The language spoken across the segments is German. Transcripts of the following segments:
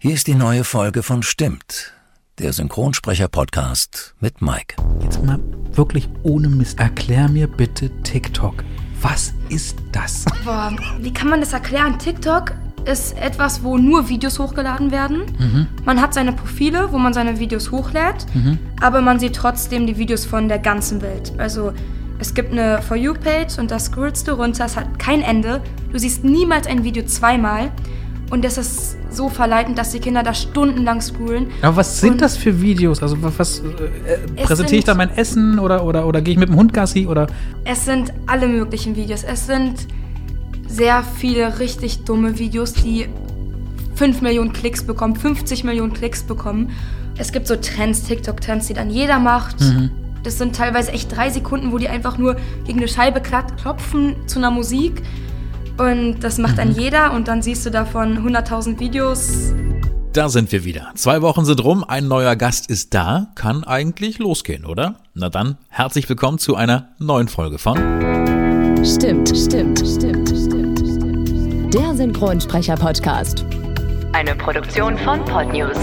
Hier ist die neue Folge von Stimmt, der Synchronsprecher-Podcast mit Mike. Jetzt mal wirklich ohne Mist, erklär mir bitte TikTok. Was ist das? Boah, wie kann man das erklären? TikTok ist etwas, wo nur Videos hochgeladen werden. Man hat seine Profile, wo man seine Videos hochlädt, aber man sieht trotzdem die Videos von der ganzen Welt. Also es gibt eine For You-Page und da scrollst du runter, es hat kein Ende. Du siehst niemals ein Video zweimal. Und das ist so verleitend, dass die Kinder da stundenlang scrollen. Aber was sind das für Videos? Also was präsentiere ich da mein Essen oder gehe ich mit dem Hund Gassi? Oder? Es sind alle möglichen Videos. Es sind sehr viele richtig dumme Videos, die 5 Millionen Klicks bekommen, 50 Millionen Klicks bekommen. Es gibt so Trends, TikTok-Trends, die dann jeder macht. Das sind teilweise echt 3 Sekunden, wo die einfach nur gegen eine Scheibe klopfen zu einer Musik. Und das macht dann jeder und dann siehst du davon 100.000 Videos. Da sind wir wieder. 2 Wochen sind rum, ein neuer Gast ist da. Kann eigentlich losgehen, oder? Na dann, herzlich willkommen zu einer neuen Folge von Stimmt. Der Synchronsprecher-Podcast. Eine Produktion von Podnews.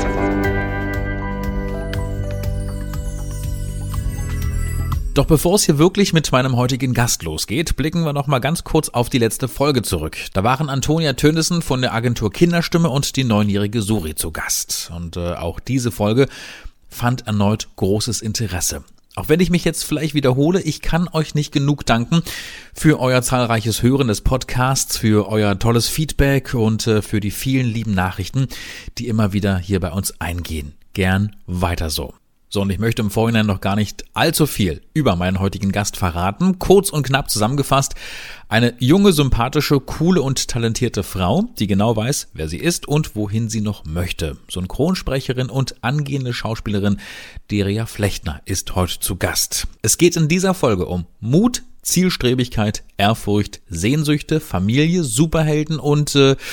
Doch bevor es hier wirklich mit meinem heutigen Gast losgeht, blicken wir noch mal ganz kurz auf die letzte Folge zurück. Da waren Antonia Tönnissen von der Agentur Kinderstimme und die 9-jährige Suri zu Gast. Und auch diese Folge fand erneut großes Interesse. Auch wenn ich mich jetzt vielleicht wiederhole, ich kann euch nicht genug danken für euer zahlreiches Hören des Podcasts, für euer tolles Feedback und für die vielen lieben Nachrichten, die immer wieder hier bei uns eingehen. Gern weiter so. So, und ich möchte im Vorhinein noch gar nicht allzu viel über meinen heutigen Gast verraten. Kurz und knapp zusammengefasst, eine junge, sympathische, coole und talentierte Frau, die genau weiß, wer sie ist und wohin sie noch möchte. Synchronsprecherin und angehende Schauspielerin Deria Flechtner ist heute zu Gast. Es geht in dieser Folge um Mut, Zielstrebigkeit, Ehrfurcht, Sehnsüchte, Familie, Superhelden und,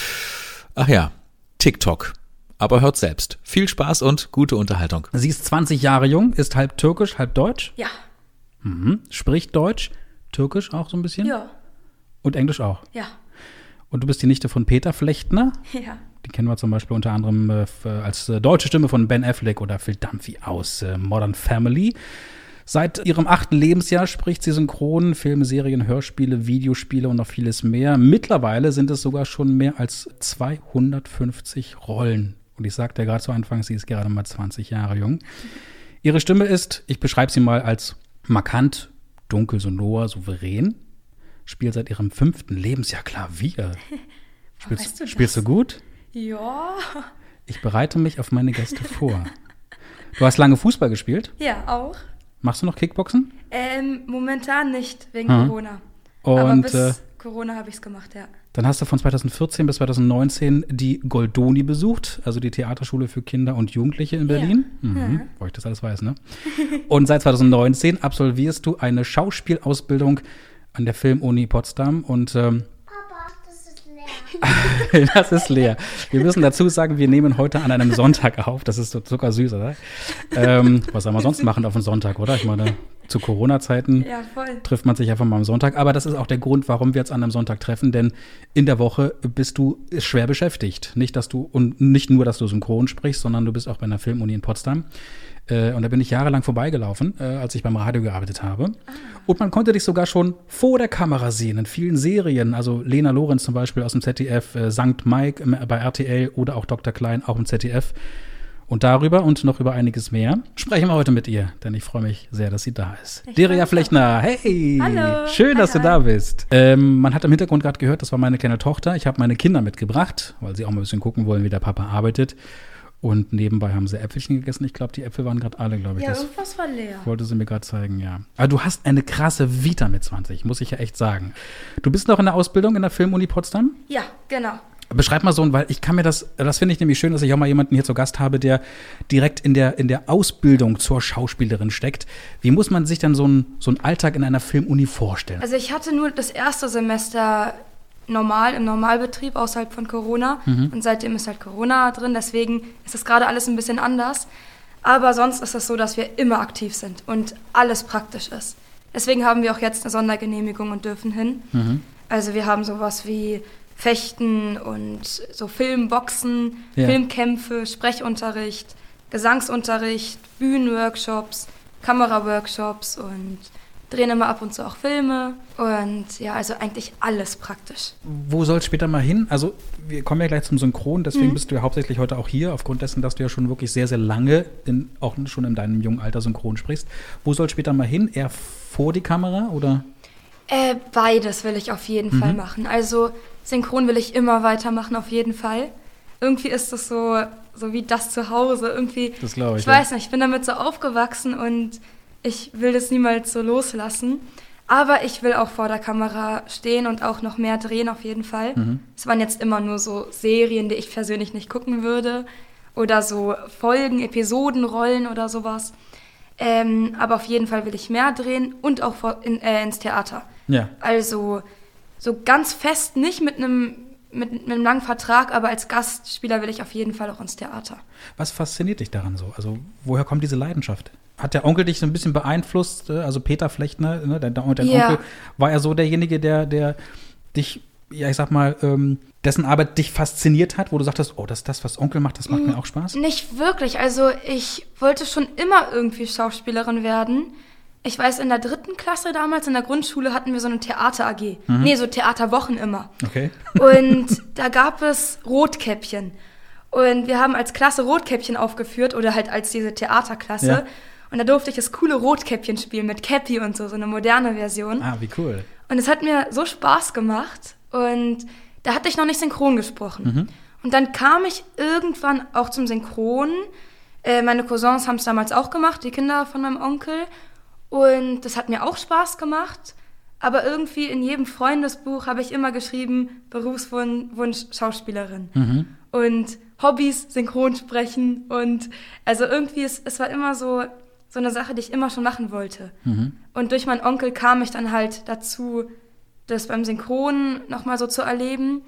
TikTok. Aber hört selbst. Viel Spaß und gute Unterhaltung. Sie ist 20 Jahre jung, ist halb türkisch, halb deutsch. Ja. Spricht Deutsch, türkisch auch so ein bisschen. Ja. Und Englisch auch. Ja. Und du bist die Nichte von Peter Flechtner. Ja. Die kennen wir zum Beispiel unter anderem als deutsche Stimme von Ben Affleck oder Phil Dunphy aus Modern Family. Seit ihrem 8. Lebensjahr spricht sie synchron, Filme, Serien, Hörspiele, Videospiele und noch vieles mehr. Mittlerweile sind es sogar schon mehr als 250 Rollen. Und ich sagte ja gerade zu Anfang, sie ist gerade mal 20 Jahre jung. Ihre Stimme ist, ich beschreibe sie mal als markant, dunkel, sonor, souverän. Spielt seit ihrem 5. Lebensjahr Klavier. Spielst du gut? Ja. Ich bereite mich auf meine Gäste vor. Du hast lange Fußball gespielt? Ja, auch. Machst du noch Kickboxen? Momentan nicht, wegen Corona. Und, aber bis Corona habe ich es gemacht, ja. Dann hast du von 2014 bis 2019 die Goldoni besucht, also die Theaterschule für Kinder und Jugendliche in Berlin. Ja. Wo ich das alles weiß, ne? Und seit 2019 absolvierst du eine Schauspielausbildung an der Filmuni Potsdam und das ist leer. Wir müssen dazu sagen, wir nehmen heute an einem Sonntag auf. Das ist so zuckersüß, oder? Was soll man sonst machen auf einem Sonntag, oder? Ich meine, zu Corona-Zeiten trifft man sich einfach mal am Sonntag. Aber das ist auch der Grund, warum wir jetzt an einem Sonntag treffen. Denn in der Woche bist du schwer beschäftigt. Nicht nur, dass du synchron sprichst, sondern du bist auch bei einer Filmuni in Potsdam. Und da bin ich jahrelang vorbeigelaufen, als ich beim Radio gearbeitet habe. Und man konnte dich sogar schon vor der Kamera sehen in vielen Serien. Also Lena Lorenz zum Beispiel aus dem ZDF, Sankt Mike bei RTL oder auch Dr. Klein auch im ZDF. Und darüber und noch über einiges mehr sprechen wir heute mit ihr, denn ich freue mich sehr, dass sie da ist. Deria Flechtner, hey! Hallo! Schön, dass du da bist. Man hat im Hintergrund gerade gehört, das war meine kleine Tochter. Ich habe meine Kinder mitgebracht, weil sie auch mal ein bisschen gucken wollen, wie der Papa arbeitet. Und nebenbei haben sie Äpfelchen gegessen. Ich glaube, die Äpfel waren gerade alle, glaube ich. Ja, das irgendwas war leer. Wollte sie mir gerade zeigen, ja. Aber du hast eine krasse Vita mit 20, muss ich ja echt sagen. Du bist noch in der Ausbildung in der Filmuni Potsdam? Ja, genau. Beschreib mal so, weil ich kann mir das finde ich nämlich schön, dass ich auch mal jemanden hier zu Gast habe, der direkt in der Ausbildung zur Schauspielerin steckt. Wie muss man sich dann so einen Alltag in einer Filmuni vorstellen? Also ich hatte nur das erste Semester im Normalbetrieb außerhalb von Corona. Und seitdem ist halt Corona drin, deswegen ist das gerade alles ein bisschen anders. Aber sonst ist es so, dass wir immer aktiv sind und alles praktisch ist. Deswegen haben wir auch jetzt eine Sondergenehmigung und dürfen hin. Also wir haben sowas wie Fechten und so Filmboxen, Filmkämpfe, Sprechunterricht, Gesangsunterricht, Bühnenworkshops, Kameraworkshops und drehen immer ab und zu auch Filme und ja, also eigentlich alles praktisch. Wo soll es später mal hin? Also wir kommen ja gleich zum Synchron, deswegen bist du ja hauptsächlich heute auch hier, aufgrund dessen, dass du ja schon wirklich sehr, sehr lange, auch schon in deinem jungen Alter synchron sprichst. Wo soll es später mal hin? Eher vor die Kamera oder? Beides will ich auf jeden Fall machen. Also Synchron will ich immer weitermachen, auf jeden Fall. Irgendwie ist das so wie das zu Hause. Irgendwie, das glaube ich. Ich weiß nicht, ich bin damit so aufgewachsen und ich will das niemals so loslassen. Aber ich will auch vor der Kamera stehen und auch noch mehr drehen, auf jeden Fall. Es waren jetzt immer nur so Serien, die ich persönlich nicht gucken würde. Oder so Folgen, Episodenrollen oder sowas. Aber auf jeden Fall will ich mehr drehen und auch ins Theater. Ja. Also so ganz fest nicht mit einem langen Vertrag, aber als Gastspieler will ich auf jeden Fall auch ins Theater. Was fasziniert dich daran so? Also woher kommt diese Leidenschaft? Hat der Onkel dich so ein bisschen beeinflusst? Also Peter Flechtner, ne, dein Onkel, war er so derjenige, der dich, ja ich sag mal, dessen Arbeit dich fasziniert hat, wo du sagtest, oh, das was Onkel macht, das macht mir auch Spaß? Nicht wirklich. Also ich wollte schon immer irgendwie Schauspielerin werden. Ich weiß, in der 3. Klasse damals in der Grundschule hatten wir so eine Theater-AG. Nee, so Theaterwochen immer. Okay. Und da gab es Rotkäppchen. Und wir haben als Klasse Rotkäppchen aufgeführt oder halt als diese Theaterklasse. Ja. Und da durfte ich das coole Rotkäppchen spielen mit Cappy und so eine moderne Version. Ah, wie cool. Und es hat mir so Spaß gemacht. Und da hatte ich noch nicht synchron gesprochen. Und dann kam ich irgendwann auch zum Synchron. Meine Cousins haben es damals auch gemacht, die Kinder von meinem Onkel. Und das hat mir auch Spaß gemacht. Aber irgendwie in jedem Freundesbuch habe ich immer geschrieben, Berufswunsch Schauspielerin. Und Hobbys, Synchronsprechen. Und also irgendwie, es war immer so eine Sache, die ich immer schon machen wollte. Und durch meinen Onkel kam ich dann halt dazu, das beim Synchron nochmal so zu erleben.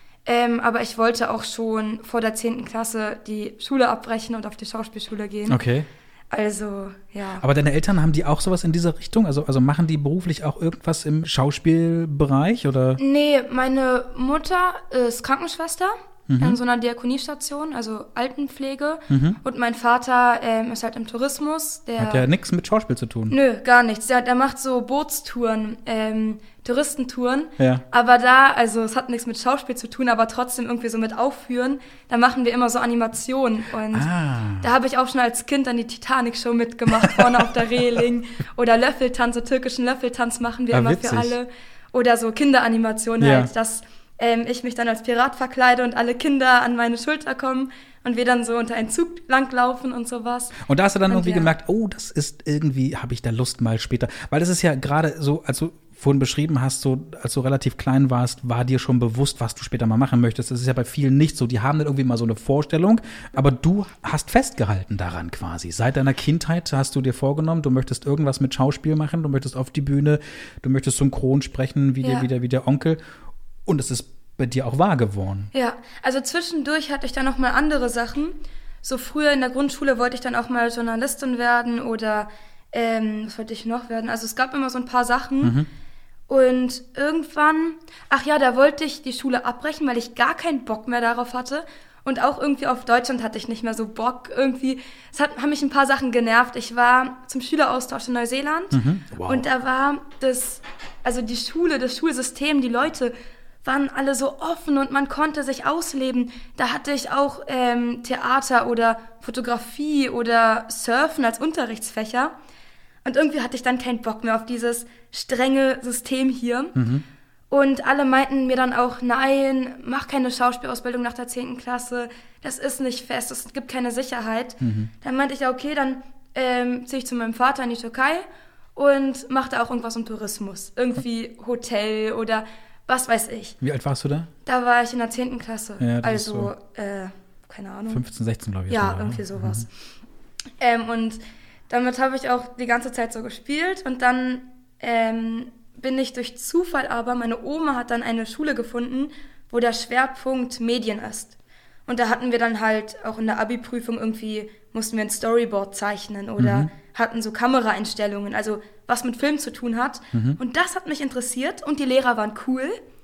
Aber ich wollte auch schon vor der 10. Klasse die Schule abbrechen und auf die Schauspielschule gehen. Okay. Also, ja. Aber deine Eltern, haben die auch sowas in dieser Richtung? Also machen die beruflich auch irgendwas im Schauspielbereich, oder? Nee, meine Mutter ist Krankenschwester in so einer Diakoniestation, also Altenpflege. Und mein Vater ist halt im Tourismus. Hat ja nichts mit Schauspiel zu tun. Nö, gar nichts. Der macht so Bootstouren, Touristentouren. Ja. Aber also es hat nichts mit Schauspiel zu tun, aber trotzdem irgendwie so mit Aufführen. Da machen wir immer so Animationen. Und da habe ich auch schon als Kind dann die Titanic-Show mitgemacht, vorne auf der Reling. Oder Löffeltanz, so türkischen Löffeltanz machen wir immer witzig. für alle. Oder so Kinderanimationen halt, dass ich mich dann als Pirat verkleide und alle Kinder an meine Schulter kommen und wir dann so unter einen Zug langlaufen und sowas. Und da hast du dann irgendwie gemerkt, oh, das ist irgendwie, habe ich da Lust mal später. Weil das ist ja gerade so, als du vorhin beschrieben hast, so als du relativ klein warst, war dir schon bewusst, was du später mal machen möchtest. Das ist ja bei vielen nicht so. Die haben dann irgendwie mal so eine Vorstellung, aber du hast festgehalten daran quasi. Seit deiner Kindheit hast du dir vorgenommen, du möchtest irgendwas mit Schauspiel machen, du möchtest auf die Bühne, du möchtest synchron sprechen, wie der Onkel. Und es ist bei dir auch wahr geworden. Ja, also zwischendurch hatte ich dann noch mal andere Sachen. So früher in der Grundschule wollte ich dann auch mal Journalistin werden oder was wollte ich noch werden? Also es gab immer so ein paar Sachen. Und irgendwann, da wollte ich die Schule abbrechen, weil ich gar keinen Bock mehr darauf hatte. Und auch irgendwie auf Deutschland hatte ich nicht mehr so Bock. Irgendwie, haben mich ein paar Sachen genervt. Ich war zum Schüleraustausch in Neuseeland. Wow. Und da war das Schulsystem, die Leute waren alle so offen und man konnte sich ausleben. Da hatte ich auch Theater oder Fotografie oder Surfen als Unterrichtsfächer. Und irgendwie hatte ich dann keinen Bock mehr auf dieses strenge System hier. Und alle meinten mir dann auch, nein, mach keine Schauspielausbildung nach der 10. Klasse. Das ist nicht fest, es gibt keine Sicherheit. Dann meinte ich, ja okay, dann ziehe ich zu meinem Vater in die Türkei und mache da auch irgendwas im Tourismus. Irgendwie Hotel oder was weiß ich. Wie alt warst du da? Da war ich in der 10. Klasse. Ja, also, keine Ahnung. 15, 16, glaube ich. Ja, sogar, irgendwie sowas. Und damit habe ich auch die ganze Zeit so gespielt. Und dann bin ich durch Zufall aber, meine Oma hat dann eine Schule gefunden, wo der Schwerpunkt Medien ist. Und da hatten wir dann halt auch in der Abi-Prüfung irgendwie, mussten wir ein Storyboard zeichnen oder hatten so Kameraeinstellungen, also was mit Film zu tun hat. Und das hat mich interessiert und die Lehrer waren cool.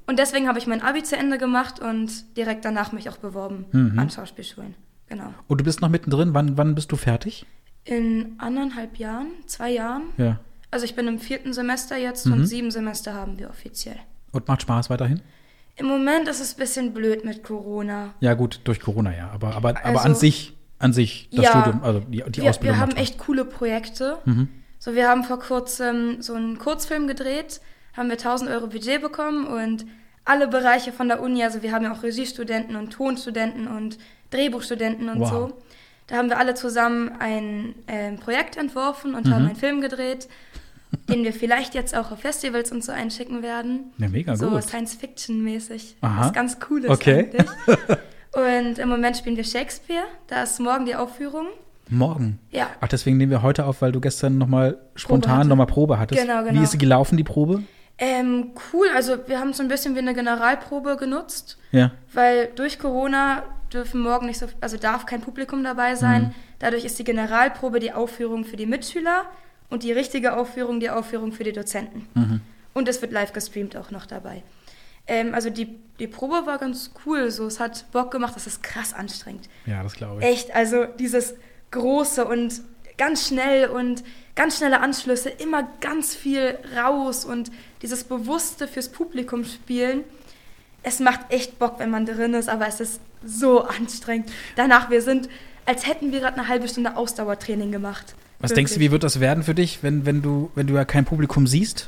Und deswegen habe ich mein Abi zu Ende gemacht und direkt danach mich auch beworben an Schauspielschulen. Genau. Und du bist noch mittendrin. Wann bist du fertig? In 1,5 Jahren, 2 Jahren. Ja. Also ich bin im 4. Semester jetzt und 7 Semester haben wir offiziell. Und macht Spaß weiterhin? Im Moment ist es ein bisschen blöd mit Corona. Ja gut, durch Corona ja. Aber an sich das Studium, also die Ausbildung. Wir haben echt coole Projekte. So, wir haben vor kurzem so einen Kurzfilm gedreht, haben wir 1.000 Euro Budget bekommen und alle Bereiche von der Uni, also wir haben ja auch Regiestudenten und Tonstudenten und Drehbuchstudenten und so. Da haben wir alle zusammen ein Projekt entworfen und haben einen Film gedreht, den wir vielleicht jetzt auch auf Festivals und so einschicken werden. Ja, mega so gut. So Science-Fiction-mäßig. Aha. Was ganz Cooles eigentlich. Und im Moment spielen wir Shakespeare. Da ist morgen die Aufführung. Morgen? Ja. Ach, deswegen nehmen wir heute auf, weil du gestern nochmal spontan Probe hattest. Genau. Wie ist sie gelaufen, die Probe? Cool, also wir haben es so ein bisschen wie eine Generalprobe genutzt. Ja. Weil durch Corona dürfen morgen nicht so, also darf kein Publikum dabei sein. Dadurch ist die Generalprobe die Aufführung für die Mitschüler und die richtige Aufführung die Aufführung für die Dozenten. Und es wird live gestreamt auch noch dabei. Also die Probe war ganz cool, so, es hat Bock gemacht, das ist krass anstrengend. Ja, das glaube ich. Echt, also dieses Große und ganz schnell und ganz schnelle Anschlüsse, immer ganz viel raus und dieses Bewusste fürs Publikum spielen. Es macht echt Bock, wenn man drin ist, aber es ist so anstrengend. Danach, wir sind, als hätten wir gerade eine halbe Stunde Ausdauertraining gemacht. Was Wirklich. denkst du, wie wird das werden für dich, wenn du ja kein Publikum siehst?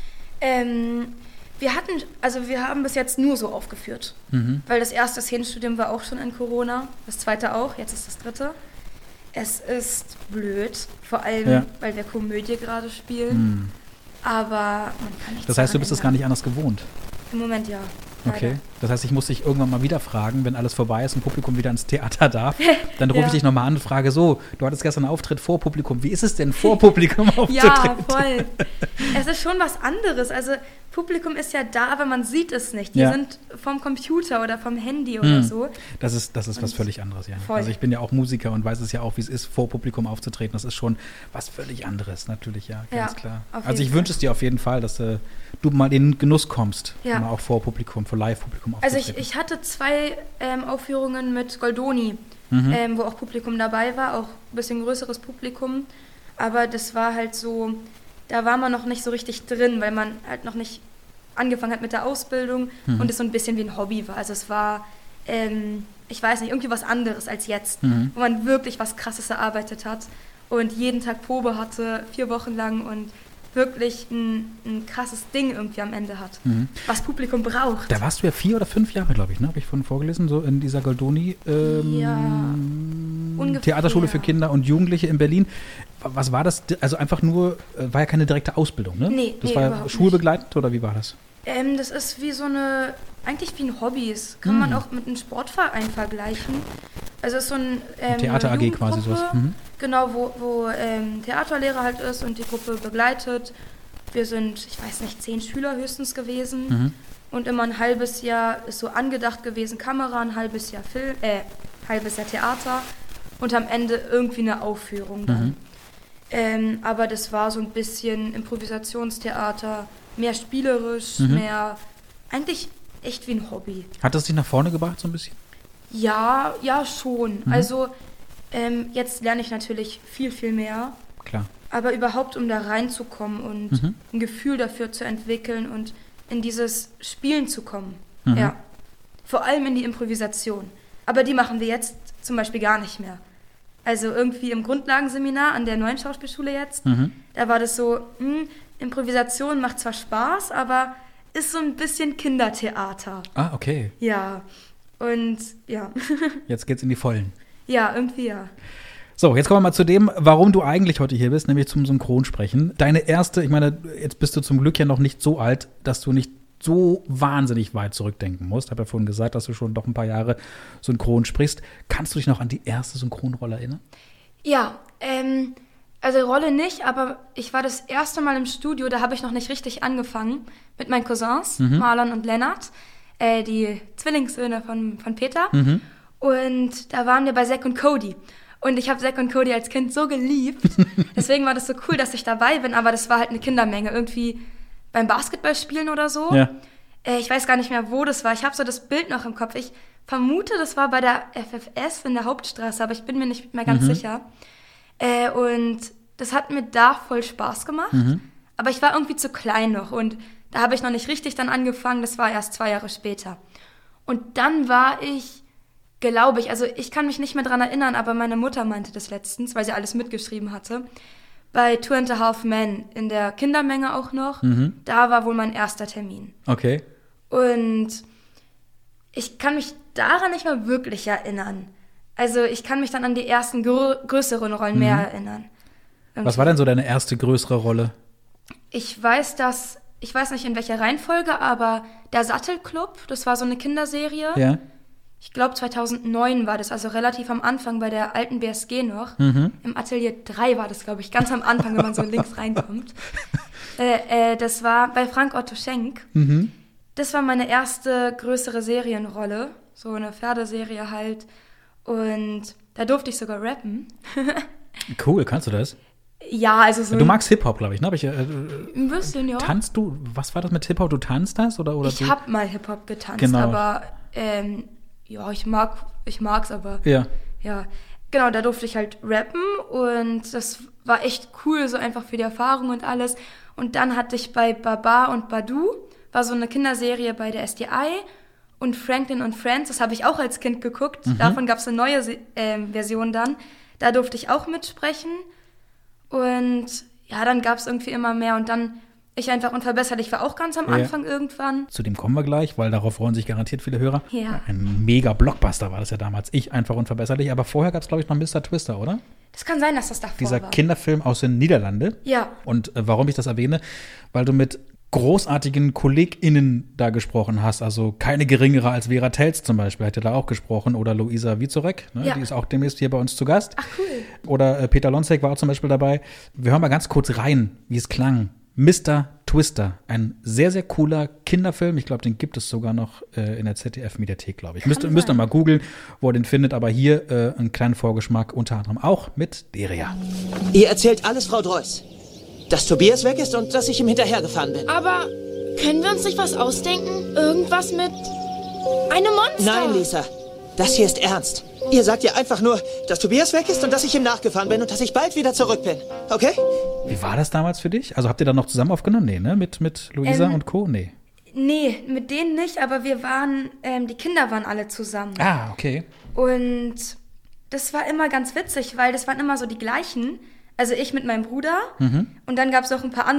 Wir haben bis jetzt nur so aufgeführt. Weil das erste Szenenstudium war auch schon in Corona, das zweite auch, jetzt ist das dritte. Es ist blöd, vor allem, weil wir Komödie gerade spielen. Aber man kann nicht. Das heißt, du bist das gar nicht anders gewohnt? Im Moment ja. Okay. Leider. Das heißt, ich muss dich irgendwann mal wieder fragen, wenn alles vorbei ist und Publikum wieder ins Theater darf. Dann rufe ich dich nochmal an und frage so, du hattest gestern einen Auftritt vor Publikum. Wie ist es denn, vor Publikum aufzutreten? Ja, voll. Es ist schon was anderes. Also Publikum ist ja da, aber man sieht es nicht. Die sind vom Computer oder vom Handy oder so. Das ist was völlig anderes, ja. Voll. Also ich bin ja auch Musiker und weiß es ja auch, wie es ist, vor Publikum aufzutreten. Das ist schon was völlig anderes, natürlich, ja, ganz klar. Also ich wünsche es dir auf jeden Fall, dass du mal in den Genuss kommst, mal auch vor Publikum, vor Live-Publikum aufzutreten. Also ich hatte 2 Aufführungen mit Goldoni, wo auch Publikum dabei war, auch ein bisschen größeres Publikum. Aber das war halt so, da war man noch nicht so richtig drin, weil man halt noch nicht angefangen hat mit der Ausbildung und es so ein bisschen wie ein Hobby war. Also es war, ich weiß nicht, irgendwie was anderes als jetzt, wo man wirklich was Krasses erarbeitet hat und jeden Tag Probe hatte, 4 Wochen lang und wirklich ein krasses Ding irgendwie am Ende hat, was Publikum braucht. Da warst du ja 4 oder 5 Jahre, glaube ich, ne? Habe ich vorhin vorgelesen, so in dieser Goldoni Theaterschule für Kinder und Jugendliche in Berlin. Was war das? Also einfach nur, war ja keine direkte Ausbildung, ne? Nee, das war schulbegleitend oder wie war das? Das ist wie so eine, eigentlich wie ein Hobby. Das kann man auch mit einem Sportverein vergleichen. Also es ist so ein Theater AG quasi sowas. Genau, wo Theaterlehrer halt ist und die Gruppe begleitet. Wir sind, ich weiß nicht, 10 Schüler höchstens gewesen. Und immer ein halbes Jahr ist so angedacht gewesen, Kamera, ein halbes Jahr halbes Jahr Theater und am Ende irgendwie eine Aufführung dann. Aber das war so ein bisschen Improvisationstheater, mehr spielerisch, mehr, eigentlich echt wie ein Hobby. Hat das dich nach vorne gebracht so ein bisschen? Ja, schon. Also jetzt lerne ich natürlich viel, viel mehr. Klar. Aber überhaupt, um da reinzukommen und ein Gefühl dafür zu entwickeln und in dieses Spielen zu kommen. Ja. Vor allem in die Improvisation. Aber die machen wir jetzt zum Beispiel gar nicht mehr. Also irgendwie im Grundlagenseminar an der neuen Schauspielschule jetzt, da war das so, Improvisation macht zwar Spaß, aber ist so ein bisschen Kindertheater. Ah, okay. Ja, und ja. Jetzt geht's in die Vollen. Ja, irgendwie ja. So, jetzt kommen wir mal zu dem, warum du eigentlich heute hier bist, nämlich zum Synchronsprechen. Deine erste, ich meine, jetzt bist du zum Glück ja noch nicht so alt, dass du nicht so wahnsinnig weit zurückdenken musst. Ich habe ja vorhin gesagt, dass du schon doch ein paar Jahre synchron sprichst. Kannst du dich noch an die erste Synchronrolle erinnern? Ja, also Rolle nicht, aber ich war das erste Mal im Studio, da habe ich noch nicht richtig angefangen, mit meinen Cousins, Marlon und Lennart, die Zwillingssöhne von Peter. Und da waren wir bei Zack und Cody. Und ich habe Zack und Cody als Kind so geliebt. Deswegen war das so cool, dass ich dabei bin, aber das war halt eine Kindermenge. Irgendwie beim Basketballspielen oder so. Ja. Ich weiß gar nicht mehr, wo das war. Ich habe so das Bild noch im Kopf. Ich vermute, das war bei der FFS in der Hauptstraße, aber ich bin mir nicht mehr ganz sicher. Und das hat mir da voll Spaß gemacht. Aber ich war irgendwie zu klein noch und da habe ich noch nicht richtig dann angefangen. Das war erst 2 Jahre später. Und dann war ich, glaube ich, also ich kann mich nicht mehr dran erinnern, aber meine Mutter meinte das letztens, weil sie alles mitgeschrieben hatte, bei 2.5 Men in der Kindermenge auch noch. Da war wohl mein erster Termin. Okay. Und ich kann mich daran nicht mehr wirklich erinnern. Also ich kann mich dann an die ersten größeren Rollen mehr erinnern. Irgendwie. Was war denn so deine erste größere Rolle? Ich weiß nicht in welcher Reihenfolge, aber der Sattelclub, das war so eine Kinderserie. Ja. Ich glaube 2009 war das, also relativ am Anfang bei der alten BSG noch. Im Atelier 3 war das, glaube ich, ganz am Anfang, wenn man so links reinkommt. Das war bei Frank Otto Schenk. Das war meine erste größere Serienrolle, so eine Pferdeserie halt. Und da durfte ich sogar rappen. Cool, kannst du das? Ja, also so. Du magst Hip-Hop, glaube ich, ne? Ein bisschen, ja. Tanzt du? Was war das mit Hip-Hop? Du tanzt das? Oder ich habe mal Hip-Hop getanzt, genau. Aber ja, ich mag's, aber ja. Genau, da durfte ich halt rappen und das war echt cool, so einfach für die Erfahrung und alles. Und dann hatte ich bei Baba und Badu, war so eine Kinderserie bei der SDI und Franklin und Friends, das habe ich auch als Kind geguckt. Davon gab es eine neue Version dann. Da durfte ich auch mitsprechen. Und ja, dann gab es irgendwie immer mehr und dann Ich einfach unverbesserlich war auch ganz am Anfang irgendwann. Zu dem kommen wir gleich, weil darauf freuen sich garantiert viele Hörer. Ja. Ein mega Blockbuster war das ja damals. Ich einfach unverbesserlich. Aber vorher gab es, glaube ich, noch Mr. Twister, oder? Das kann sein, dass das davor Dieser war. Kinderfilm aus den Niederlanden. Ja. Und warum ich das erwähne? Weil du mit großartigen KollegInnen da gesprochen hast. Also keine geringere als Vera Telz zum Beispiel hat ja da auch gesprochen. Oder Luisa Wieczorek, ne? Ja. Die ist auch demnächst hier bei uns zu Gast. Ach, cool. Oder Peter Lonzek war auch zum Beispiel dabei. Wir hören mal ganz kurz rein, wie es klang. Mr. Twister, ein sehr, sehr cooler Kinderfilm. Ich glaube, den gibt es sogar noch in der ZDF-Mediathek, glaube ich. Müsst ihr mal googeln, wo ihr den findet. Aber hier einen kleinen Vorgeschmack, unter anderem auch mit Deria. Ihr erzählt alles Frau Dreuss. Dass Tobias weg ist und dass ich ihm hinterhergefahren bin. Aber können wir uns nicht was ausdenken? Irgendwas mit einem Monster? Nein, Lisa. Das hier ist ernst. Ihr sagt ihr einfach nur, dass Tobias weg ist und dass ich ihm nachgefahren bin und dass ich bald wieder zurück bin. Okay? Wie war das damals für dich? Also habt ihr dann noch zusammen aufgenommen? Nee, ne? Mit Luisa und Co.? Nee. Nee, mit denen nicht, aber wir waren, die Kinder waren alle zusammen. Ah, okay. Und das war immer ganz witzig, weil das waren immer so die gleichen. Also ich mit meinem Bruder und dann gab es auch ein paar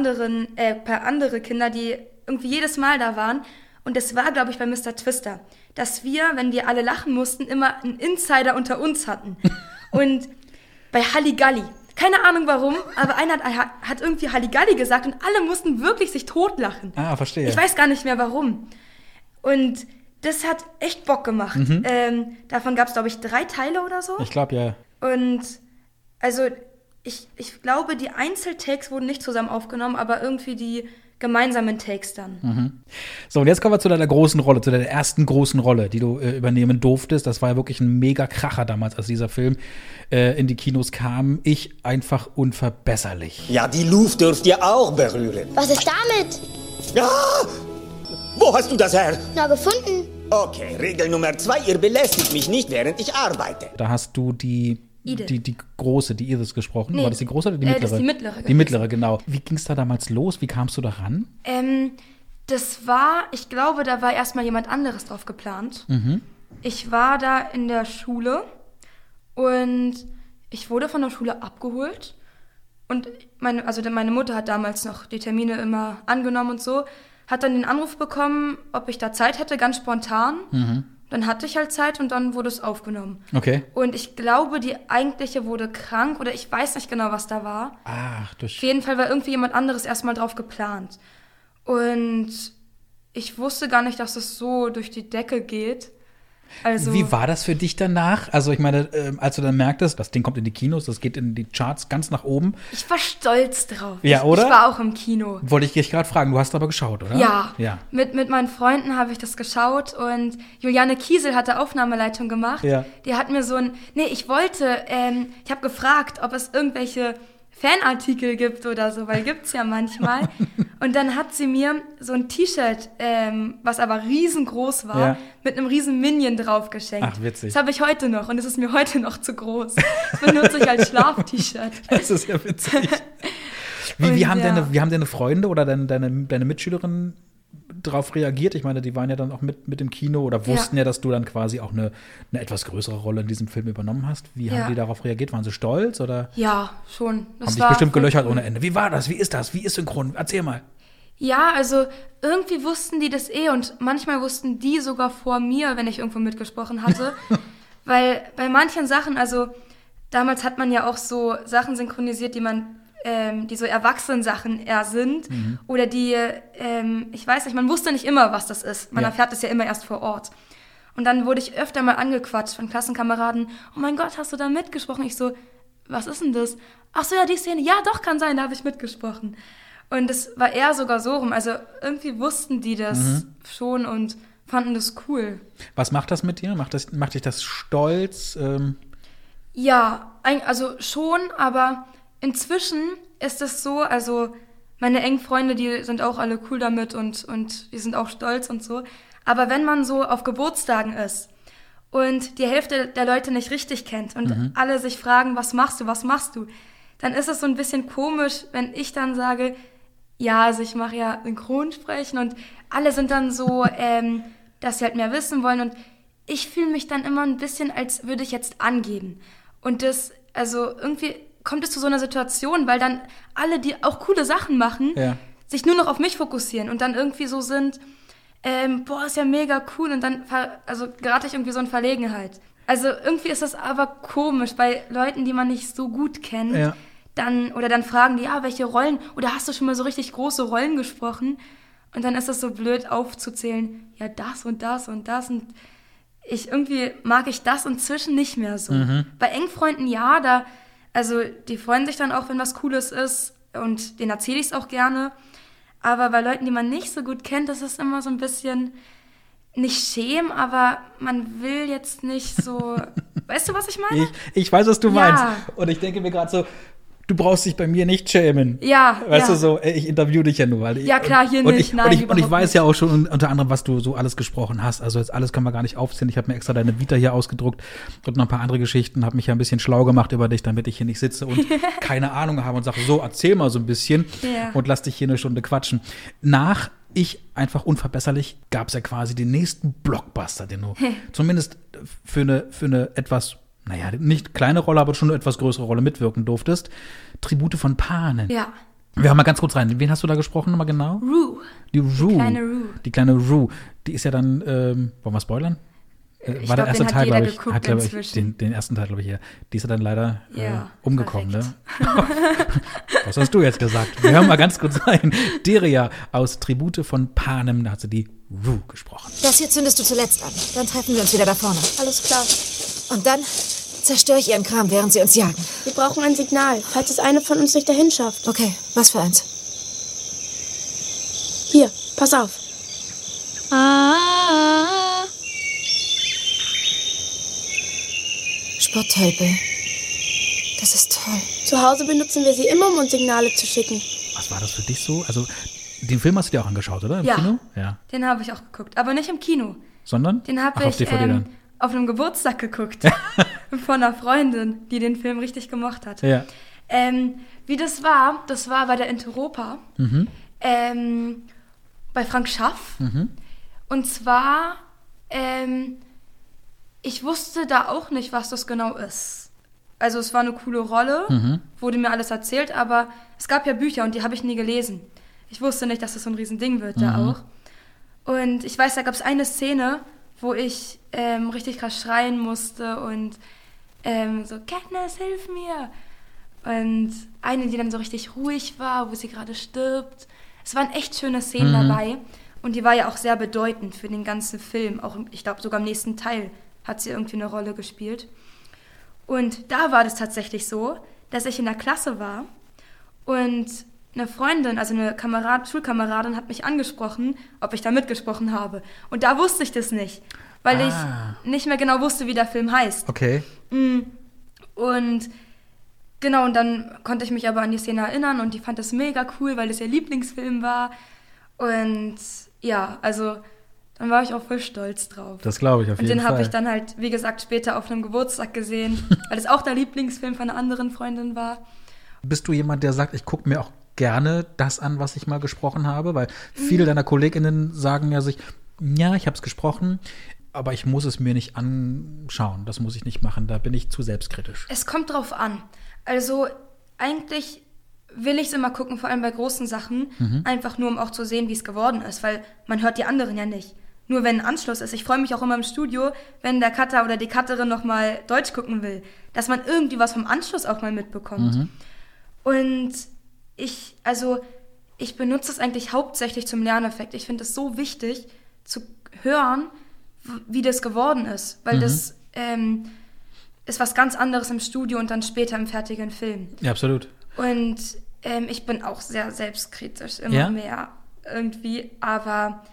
andere Kinder, die irgendwie jedes Mal da waren. Und das war, glaube ich, bei Mr. Twister, dass wir, wenn wir alle lachen mussten, immer einen Insider unter uns hatten. Und bei Halligalli, keine Ahnung warum, aber einer hat irgendwie Halligalli gesagt und alle mussten wirklich sich totlachen. Ah, verstehe. Ich weiß gar nicht mehr warum. Und das hat echt Bock gemacht. Davon gab es, glaube ich, 3 Teile oder so. Ich glaube, ja. Und also ich glaube, die Einzeltakes wurden nicht zusammen aufgenommen, aber irgendwie die gemeinsamen Takes dann. So, und jetzt kommen wir zu deiner großen Rolle, zu deiner ersten großen Rolle, die du übernehmen durftest. Das war ja wirklich ein mega Kracher damals, als dieser Film in die Kinos kam. Ich einfach unverbesserlich. Ja, die Luft dürft ihr auch berühren. Was ist damit? Ah! Wo hast du das her? Na, gefunden. Okay, Regel Nummer 2, ihr belästigt mich nicht, während ich arbeite. Da hast du die große, die Iris gesprochen. Nee, War das die große oder die mittlere? Das ist die mittlere. Die mittlere, genau. Wie ging es da damals los? Wie kamst du da ran? Das war, ich glaube, da war erstmal jemand anderes drauf geplant. Ich war da in der Schule und ich wurde von der Schule abgeholt. Und meine Mutter hat damals noch die Termine immer angenommen und so. Hat dann den Anruf bekommen, ob ich da Zeit hätte, ganz spontan. Dann hatte ich halt Zeit und dann wurde es aufgenommen. Okay. Und ich glaube, die eigentliche wurde krank oder ich weiß nicht genau, was da war. Ach, Auf jeden Fall war irgendwie jemand anderes erstmal drauf geplant. Und ich wusste gar nicht, dass es so durch die Decke geht. Also, wie war das für dich danach? Also ich meine, als du dann merktest, das Ding kommt in die Kinos, das geht in die Charts ganz nach oben. Ich war stolz drauf. Ja, oder? Ich war auch im Kino. Wollte ich dich gerade fragen, du hast aber geschaut, oder? Ja. Mit meinen Freunden habe ich das geschaut und Juliane Kiesel hatte Aufnahmeleitung gemacht. Ja. Die hat mir ich habe gefragt, ob es irgendwelche Fanartikel gibt oder so, weil gibt's ja manchmal. Und dann hat sie mir so ein T-Shirt, was aber riesengroß war, mit einem riesen Minion drauf geschenkt. Ach, witzig. Das habe ich heute noch und es ist mir heute noch zu groß. Das benutze ich als Schlaf-T-Shirt. Das ist ja witzig. Wie haben deine Freunde oder deine Mitschülerinnen darauf reagiert? Ich meine, die waren ja dann auch mit im Kino oder wussten ja, dass du dann quasi auch eine etwas größere Rolle in diesem Film übernommen hast. Wie haben die darauf reagiert? Waren sie stolz? Oder? Ja, schon. Das haben dich bestimmt gelöchert ohne Ende. Wie war das? Wie ist das? Wie ist Synchron? Erzähl mal. Ja, also irgendwie wussten die das und manchmal wussten die sogar vor mir, wenn ich irgendwo mitgesprochen hatte. Weil bei manchen Sachen, also damals hat man ja auch so Sachen synchronisiert, die so Erwachsenen-Sachen eher sind. Oder die, ich weiß nicht, man wusste nicht immer, was das ist. Man erfährt es ja immer erst vor Ort. Und dann wurde ich öfter mal angequatscht von Klassenkameraden. Oh mein Gott, hast du da mitgesprochen? Ich so, was ist denn das? Ach so, ja, die Szene. Ja, doch, kann sein, da habe ich mitgesprochen. Und es war eher sogar so rum. Also irgendwie wussten die das schon und fanden das cool. Was macht das mit dir? Macht dich das stolz? Ja, also schon, aber inzwischen ist es so, also meine engen Freunde, die sind auch alle cool damit und die sind auch stolz und so. Aber wenn man so auf Geburtstagen ist und die Hälfte der Leute nicht richtig kennt und alle sich fragen, was machst du, dann ist es so ein bisschen komisch, wenn ich dann sage, ja, also ich mache ja Synchronsprechen und alle sind dann so, dass sie halt mehr wissen wollen und ich fühle mich dann immer ein bisschen, als würde ich jetzt angeben. Und das, also irgendwie kommt es zu so einer Situation, weil dann alle, die auch coole Sachen machen, sich nur noch auf mich fokussieren und dann irgendwie so sind, ist ja mega cool und dann gerate ich irgendwie so in Verlegenheit. Also irgendwie ist das aber komisch bei Leuten, die man nicht so gut kennt, dann fragen die, welche Rollen, oder hast du schon mal so richtig große Rollen gesprochen? Und dann ist das so blöd aufzuzählen, ja, das und das und das und irgendwie mag ich das inzwischen nicht mehr so. Bei engen Freunden also die freuen sich dann auch, wenn was Cooles ist und denen erzähle ich es auch gerne. Aber bei Leuten, die man nicht so gut kennt, das ist immer so ein bisschen nicht schämen, aber man will jetzt nicht so, weißt du, was ich meine? Ich weiß, was du meinst. Und ich denke mir gerade so, du brauchst dich bei mir nicht schämen. Ja, weißt du so, ich interview dich ja nur. Weil klar, hier nicht. Und ich weiß ja auch schon unter anderem, was du so alles gesprochen hast. Also jetzt alles kann man gar nicht aufzählen. Ich habe mir extra deine Vita hier ausgedruckt und noch ein paar andere Geschichten, habe mich ja ein bisschen schlau gemacht über dich, damit ich hier nicht sitze und keine Ahnung habe und sage, so, erzähl mal so ein bisschen und lass dich hier eine Stunde quatschen. Nach Ich einfach unverbesserlich gab es ja quasi den nächsten Blockbuster, den du zumindest für eine etwas nicht kleine Rolle, aber schon eine etwas größere Rolle mitwirken durftest. Tribute von Panem. Ja. Wir haben mal ganz kurz rein. Wen hast du da gesprochen nochmal genau? Rue. Die Rue. Die kleine Rue. Die ist ja dann, wollen wir spoilern? War der erste Teil, glaube ich. Den ersten Teil, glaube ich, hier. Die ist ja dann leider umgekommen, ne? Was hast du jetzt gesagt? Wir hören mal ganz kurz rein. Deria aus Tribute von Panem, da hat sie die Rue gesprochen. Das hier zündest du zuletzt an. Dann treffen wir uns wieder da vorne. Alles klar. Und dann zerstöre ich ihren Kram, während sie uns jagen. Wir brauchen ein Signal, falls es eine von uns nicht dahin schafft. Okay, was für eins? Hier, pass auf. Sporttölpel. Das ist toll. Zu Hause benutzen wir sie immer, um uns Signale zu schicken. Was war das für dich so? Also, den Film hast du dir auch angeschaut, oder? Im Kino? Ja. Den habe ich auch geguckt, aber nicht im Kino. Sondern? Den habe ich auf DVD dann. Auf einem Geburtstag geguckt. Von einer Freundin, die den Film richtig gemocht hat. Ja. Wie das war bei der Interopa. Bei Frank Schaff. Und zwar, ich wusste da auch nicht, was das genau ist. Also es war eine coole Rolle, wurde mir alles erzählt, aber es gab ja Bücher und die habe ich nie gelesen. Ich wusste nicht, dass das so ein Riesending wird da auch. Und ich weiß, da gab es eine Szene, wo ich richtig krass schreien musste und so, Katniss, hilf mir! Und eine, die dann so richtig ruhig war, wo sie gerade stirbt. Es waren echt schöne Szenen dabei und die war ja auch sehr bedeutend für den ganzen Film. Auch, ich glaube, sogar im nächsten Teil hat sie irgendwie eine Rolle gespielt. Und da war das tatsächlich so, dass ich in der Klasse war und eine Freundin, also eine Schulkameradin hat mich angesprochen, ob ich da mitgesprochen habe. Und da wusste ich das nicht, weil ich nicht mehr genau wusste, wie der Film heißt. Okay. Und Genau, und dann konnte ich mich aber an die Szene erinnern und die fand das mega cool, weil das ihr Lieblingsfilm war. Und ja, also dann war ich auch voll stolz drauf. Das glaube ich auf jeden Fall. Und den habe ich dann halt, wie gesagt, später auf einem Geburtstag gesehen, weil es auch der Lieblingsfilm von einer anderen Freundin war. Bist du jemand, der sagt, ich gucke mir auch gerne das an, was ich mal gesprochen habe? Weil viele deiner KollegInnen sagen ja sich, ja, ich habe es gesprochen, aber ich muss es mir nicht anschauen. Das muss ich nicht machen, da bin ich zu selbstkritisch. Es kommt drauf an. Also eigentlich will ich es immer gucken, vor allem bei großen Sachen, einfach nur, um auch zu sehen, wie es geworden ist, weil man hört die anderen ja nicht. Nur wenn ein Anschluss ist. Ich freue mich auch immer im Studio, wenn der Cutter oder die Cutterin nochmal Deutsch gucken will, dass man irgendwie was vom Anschluss auch mal mitbekommt. Und ich benutze es eigentlich hauptsächlich zum Lerneffekt. Ich finde es so wichtig, zu hören, wie das geworden ist, weil das ist was ganz anderes im Studio und dann später im fertigen Film. Ja, absolut. Und ich bin auch sehr selbstkritisch, immer mehr irgendwie, aber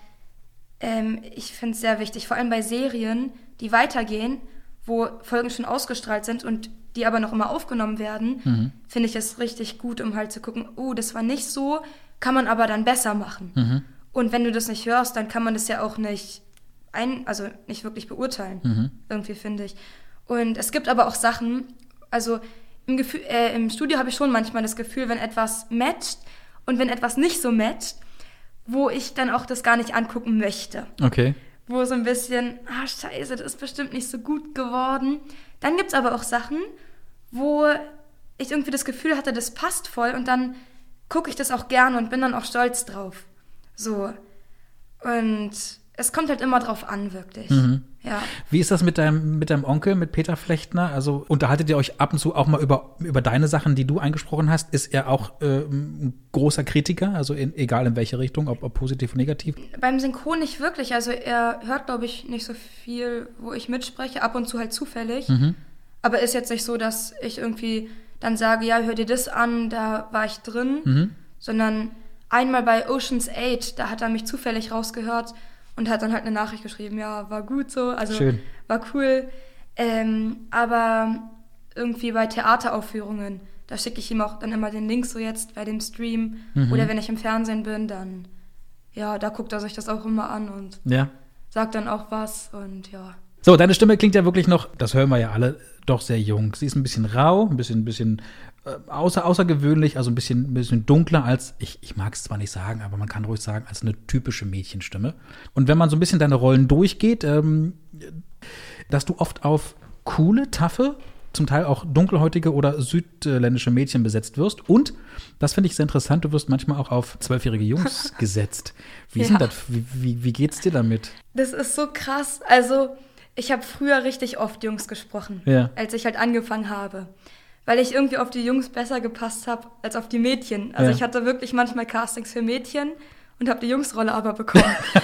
ich finde es sehr wichtig, vor allem bei Serien, die weitergehen, wo Folgen schon ausgestrahlt sind und die aber noch immer aufgenommen werden, finde ich es richtig gut, um halt zu gucken, das war nicht so, kann man aber dann besser machen. Und wenn du das nicht hörst, dann kann man das ja auch nicht nicht wirklich beurteilen, irgendwie, finde ich. Und es gibt aber auch Sachen, also im Studio habe ich schon manchmal das Gefühl, wenn etwas matcht und wenn etwas nicht so matcht, wo ich dann auch das gar nicht angucken möchte. Okay. Wo so ein bisschen, scheiße, das ist bestimmt nicht so gut geworden. Dann gibt es aber auch Sachen, wo ich irgendwie das Gefühl hatte, das passt voll und dann gucke ich das auch gerne und bin dann auch stolz drauf. So. Und es kommt halt immer drauf an, wirklich. Ja. Wie ist das mit deinem Onkel, mit Peter Flechtner? Also unterhaltet ihr euch ab und zu auch mal über deine Sachen, die du eingesprochen hast? Ist er auch ein großer Kritiker, also egal in welche Richtung, ob positiv oder negativ? Beim Synchron nicht wirklich. Also er hört, glaube ich, nicht so viel, wo ich mitspreche, ab und zu halt zufällig. Aber ist jetzt nicht so, dass ich irgendwie dann sage, ja, hör dir das an, da war ich drin. Sondern einmal bei Ocean's 8, da hat er mich zufällig rausgehört und hat dann halt eine Nachricht geschrieben, ja, war gut so, also schön. War cool. Aber irgendwie bei Theateraufführungen, da schicke ich ihm auch dann immer den Link so jetzt bei dem Stream. Oder wenn ich im Fernsehen bin, dann, ja, da guckt er sich das auch immer an und sagt dann auch was und ja. So, deine Stimme klingt ja wirklich noch, das hören wir ja alle, doch sehr jung. Sie ist ein bisschen rau, ein bisschen außergewöhnlich, also ein bisschen dunkler als, ich mag es zwar nicht sagen, aber man kann ruhig sagen, als eine typische Mädchenstimme. Und wenn man so ein bisschen deine Rollen durchgeht, dass du oft auf coole, taffe, zum Teil auch dunkelhäutige oder südländische Mädchen besetzt wirst. Und, das finde ich sehr interessant, du wirst manchmal auch auf 12-jährige Jungs gesetzt. Wie geht's dir damit? Das ist so krass. Also, ich habe früher richtig oft Jungs gesprochen, als ich halt angefangen habe. Weil ich irgendwie auf die Jungs besser gepasst habe als auf die Mädchen. Also ich hatte wirklich manchmal Castings für Mädchen und habe die Jungsrolle aber bekommen.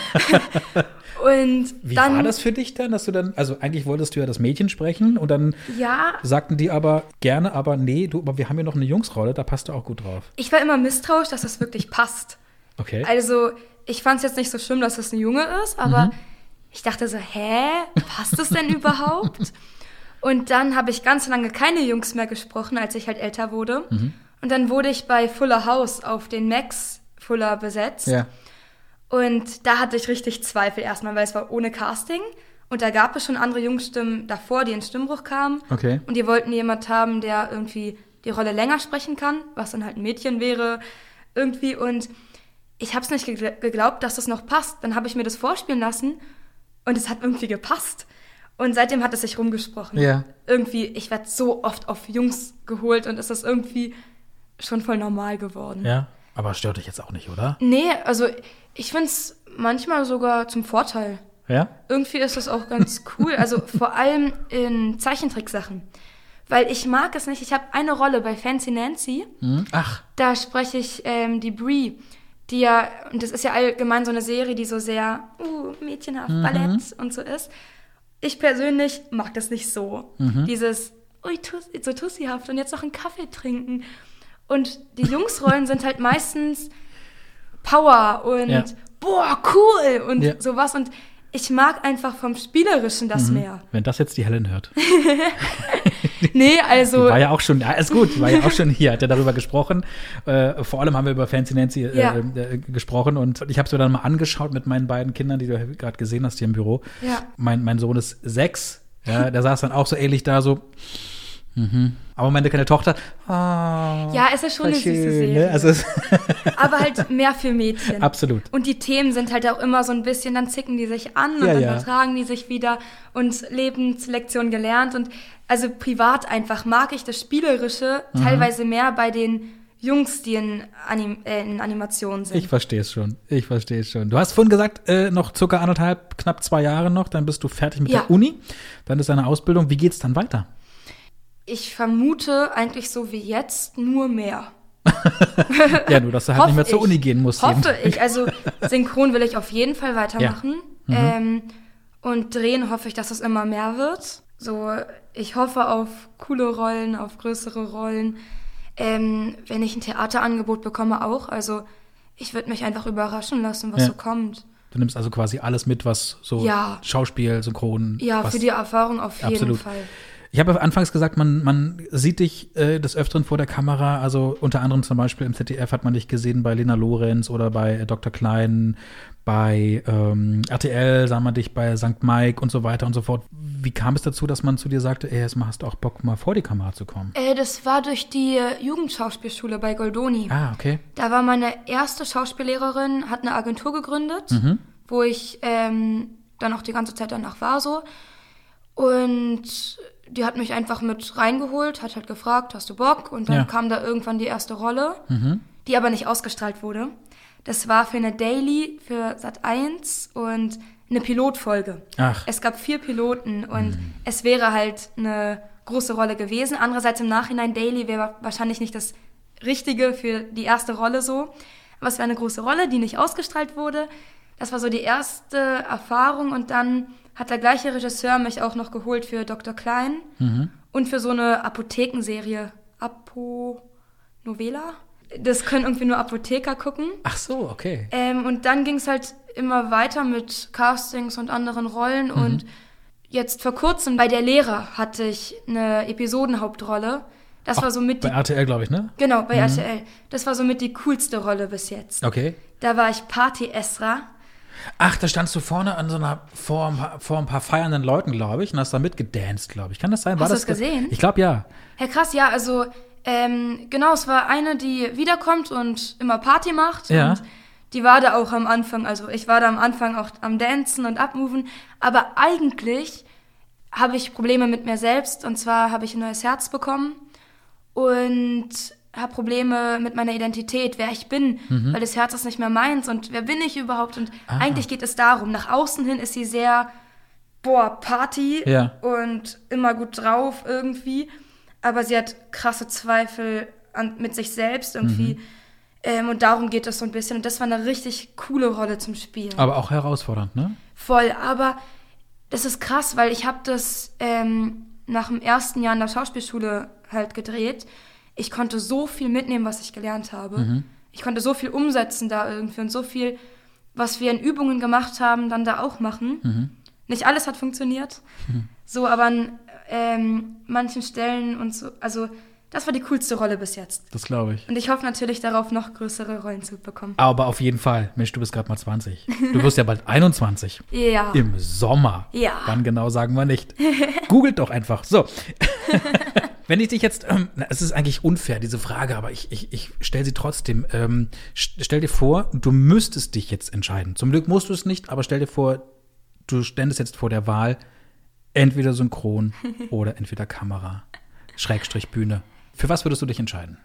Und wie dann, war das für dich dann, dass du dann, also eigentlich wolltest du ja das Mädchen sprechen und dann sagten die aber gerne, aber nee, aber wir haben ja noch eine Jungsrolle, da passt du auch gut drauf. Ich war immer misstrauisch, dass das wirklich passt. Okay. Also ich fand es jetzt nicht so schlimm, dass das ein Junge ist, aber ich dachte so, passt das denn überhaupt? Und dann habe ich ganz lange keine Jungs mehr gesprochen, als ich halt älter wurde. Und dann wurde ich bei Fuller House auf den Max Fuller besetzt. Ja. Und da hatte ich richtig Zweifel erstmal, weil es war ohne Casting. Und da gab es schon andere Jungsstimmen davor, die in Stimmbruch kamen. Okay. Und die wollten jemand haben, der irgendwie die Rolle länger sprechen kann, was dann halt ein Mädchen wäre irgendwie. Und ich habe es nicht geglaubt, dass das noch passt. Dann habe ich mir das vorspielen lassen und es hat irgendwie gepasst. Und seitdem hat es sich rumgesprochen. Ja. Irgendwie, ich werde so oft auf Jungs geholt und es ist irgendwie schon voll normal geworden. Ja, aber stört dich jetzt auch nicht, oder? Nee, also ich finde es manchmal sogar zum Vorteil. Ja? Irgendwie ist das auch ganz cool, also vor allem in Zeichentricksachen. Weil ich mag es nicht, ich habe eine Rolle bei Fancy Nancy. Ach. Da spreche ich die Brie, die ja, und das ist ja allgemein so eine Serie, die so sehr mädchenhaft, Ballett und so ist. Ich persönlich mag das nicht so. Dieses, so tussihaft und jetzt noch einen Kaffee trinken. Und die Jungsrollen sind halt meistens Power und boah, cool und sowas. Und ich mag einfach vom Spielerischen das mehr. Wenn das jetzt die Helen hört. Nee, also. Die war ja auch schon, ist gut, die war ja auch schon hier, hat ja darüber gesprochen. Vor allem haben wir über Fancy Nancy gesprochen und ich habe es mir dann mal angeschaut mit meinen beiden Kindern, die du gerade gesehen hast hier im Büro. Ja. Mein Sohn ist 6, der saß dann auch so ähnlich da, so. Aber meine kleine Tochter, ja, es ist schon eine süße Serie. Ne? Also aber halt mehr für Mädchen. Absolut. Und die Themen sind halt auch immer so ein bisschen, dann zicken die sich an und dann vertragen die sich wieder und Lebenslektionen gelernt. Und also privat einfach mag ich das Spielerische teilweise mehr bei den Jungs, die in Animationen sind. Ich verstehe es schon. Du hast vorhin gesagt, noch circa 1,5, knapp 2 Jahre noch, dann bist du fertig mit der Uni. Dann ist deine Ausbildung. Wie geht's dann weiter? Ich vermute eigentlich so wie jetzt nur mehr. Ja, nur, dass du halt nicht mehr zur Uni gehen musst. Hoffe ich. Also Synchron will ich auf jeden Fall weitermachen. Ja. Und drehen hoffe ich, dass es immer mehr wird. So, ich hoffe auf coole Rollen, auf größere Rollen. Wenn ich ein Theaterangebot bekomme, auch. Also ich würde mich einfach überraschen lassen, was so kommt. Du nimmst also quasi alles mit, was so Schauspiel, Synchron. Ja, für die Erfahrung auf jeden Fall. Ich habe anfangs gesagt, man sieht dich des Öfteren vor der Kamera, also unter anderem zum Beispiel im ZDF hat man dich gesehen bei Lena Lorenz oder bei Dr. Klein, bei RTL sah man dich bei St. Mike und so weiter und so fort. Wie kam es dazu, dass man zu dir sagte, jetzt hast du auch Bock, mal vor die Kamera zu kommen? Das war durch die Jugendschauspielschule bei Goldoni. Ah, okay. Da war meine erste Schauspiellehrerin, hat eine Agentur gegründet, wo ich dann auch die ganze Zeit danach war so. Und die hat mich einfach mit reingeholt, hat halt gefragt, hast du Bock? Und dann kam da irgendwann die erste Rolle, die aber nicht ausgestrahlt wurde. Das war für eine Daily, für Sat.1 und eine Pilotfolge. Ach. Es gab 4 Piloten und es wäre halt eine große Rolle gewesen. Andererseits im Nachhinein, Daily wäre wahrscheinlich nicht das Richtige für die erste Rolle so. Aber es war eine große Rolle, die nicht ausgestrahlt wurde. Das war so die erste Erfahrung und dann hat der gleiche Regisseur mich auch noch geholt für Dr. Klein und für so eine Apothekenserie. Apo-Novela? Das können irgendwie nur Apotheker gucken. Ach so, okay. Und dann ging es halt immer weiter mit Castings und anderen Rollen. Und jetzt vor kurzem bei Der Lehrer hatte ich eine Episodenhauptrolle. Das war somit bei RTL, glaube ich, ne? Genau, bei RTL. Das war somit die coolste Rolle bis jetzt. Okay. Da war ich Party-Esra. Ach, da standst du vorne an so einer, vor ein paar feiernden Leuten, glaube ich, und hast da mitgedanced, glaube ich. Kann das sein? Hast du das gesehen? Ich glaube, ja. Ja, krass, ja, also, genau, es war eine, die wiederkommt und immer Party macht. Ja. Und die war da auch am Anfang, also ich war da am Anfang auch am Dancen und Abmoven. Aber eigentlich habe ich Probleme mit mir selbst. Und zwar habe ich ein neues Herz bekommen und habe Probleme mit meiner Identität, wer ich bin, weil das Herz ist nicht mehr meins und wer bin ich überhaupt? Und eigentlich geht es darum, nach außen hin ist sie sehr, Party und immer gut drauf irgendwie, aber sie hat krasse Zweifel mit sich selbst irgendwie und darum geht es so ein bisschen und das war eine richtig coole Rolle zum Spielen. Aber auch herausfordernd, ne? Voll, aber das ist krass, weil ich habe das nach dem ersten Jahr in der Schauspielschule halt gedreht. Ich konnte so viel mitnehmen, was ich gelernt habe. Ich konnte so viel umsetzen da irgendwie und so viel, was wir in Übungen gemacht haben, dann da auch machen. Nicht alles hat funktioniert, so, aber an manchen Stellen und so, also das war die coolste Rolle bis jetzt. Das glaube ich. Und ich hoffe natürlich darauf, noch größere Rollen zu bekommen. Aber auf jeden Fall. Mensch, du bist gerade mal 20. Du wirst ja bald 21. Ja. Im Sommer. Ja. Wann genau, sagen wir nicht. Googelt doch einfach. So. Wenn ich dich jetzt, es ist eigentlich unfair, diese Frage, aber ich stelle sie trotzdem. Stell dir vor, du müsstest dich jetzt entscheiden. Zum Glück musst du es nicht, aber stell dir vor, du ständest jetzt vor der Wahl, entweder Synchron oder entweder Kamera, / Bühne. Für was würdest du dich entscheiden?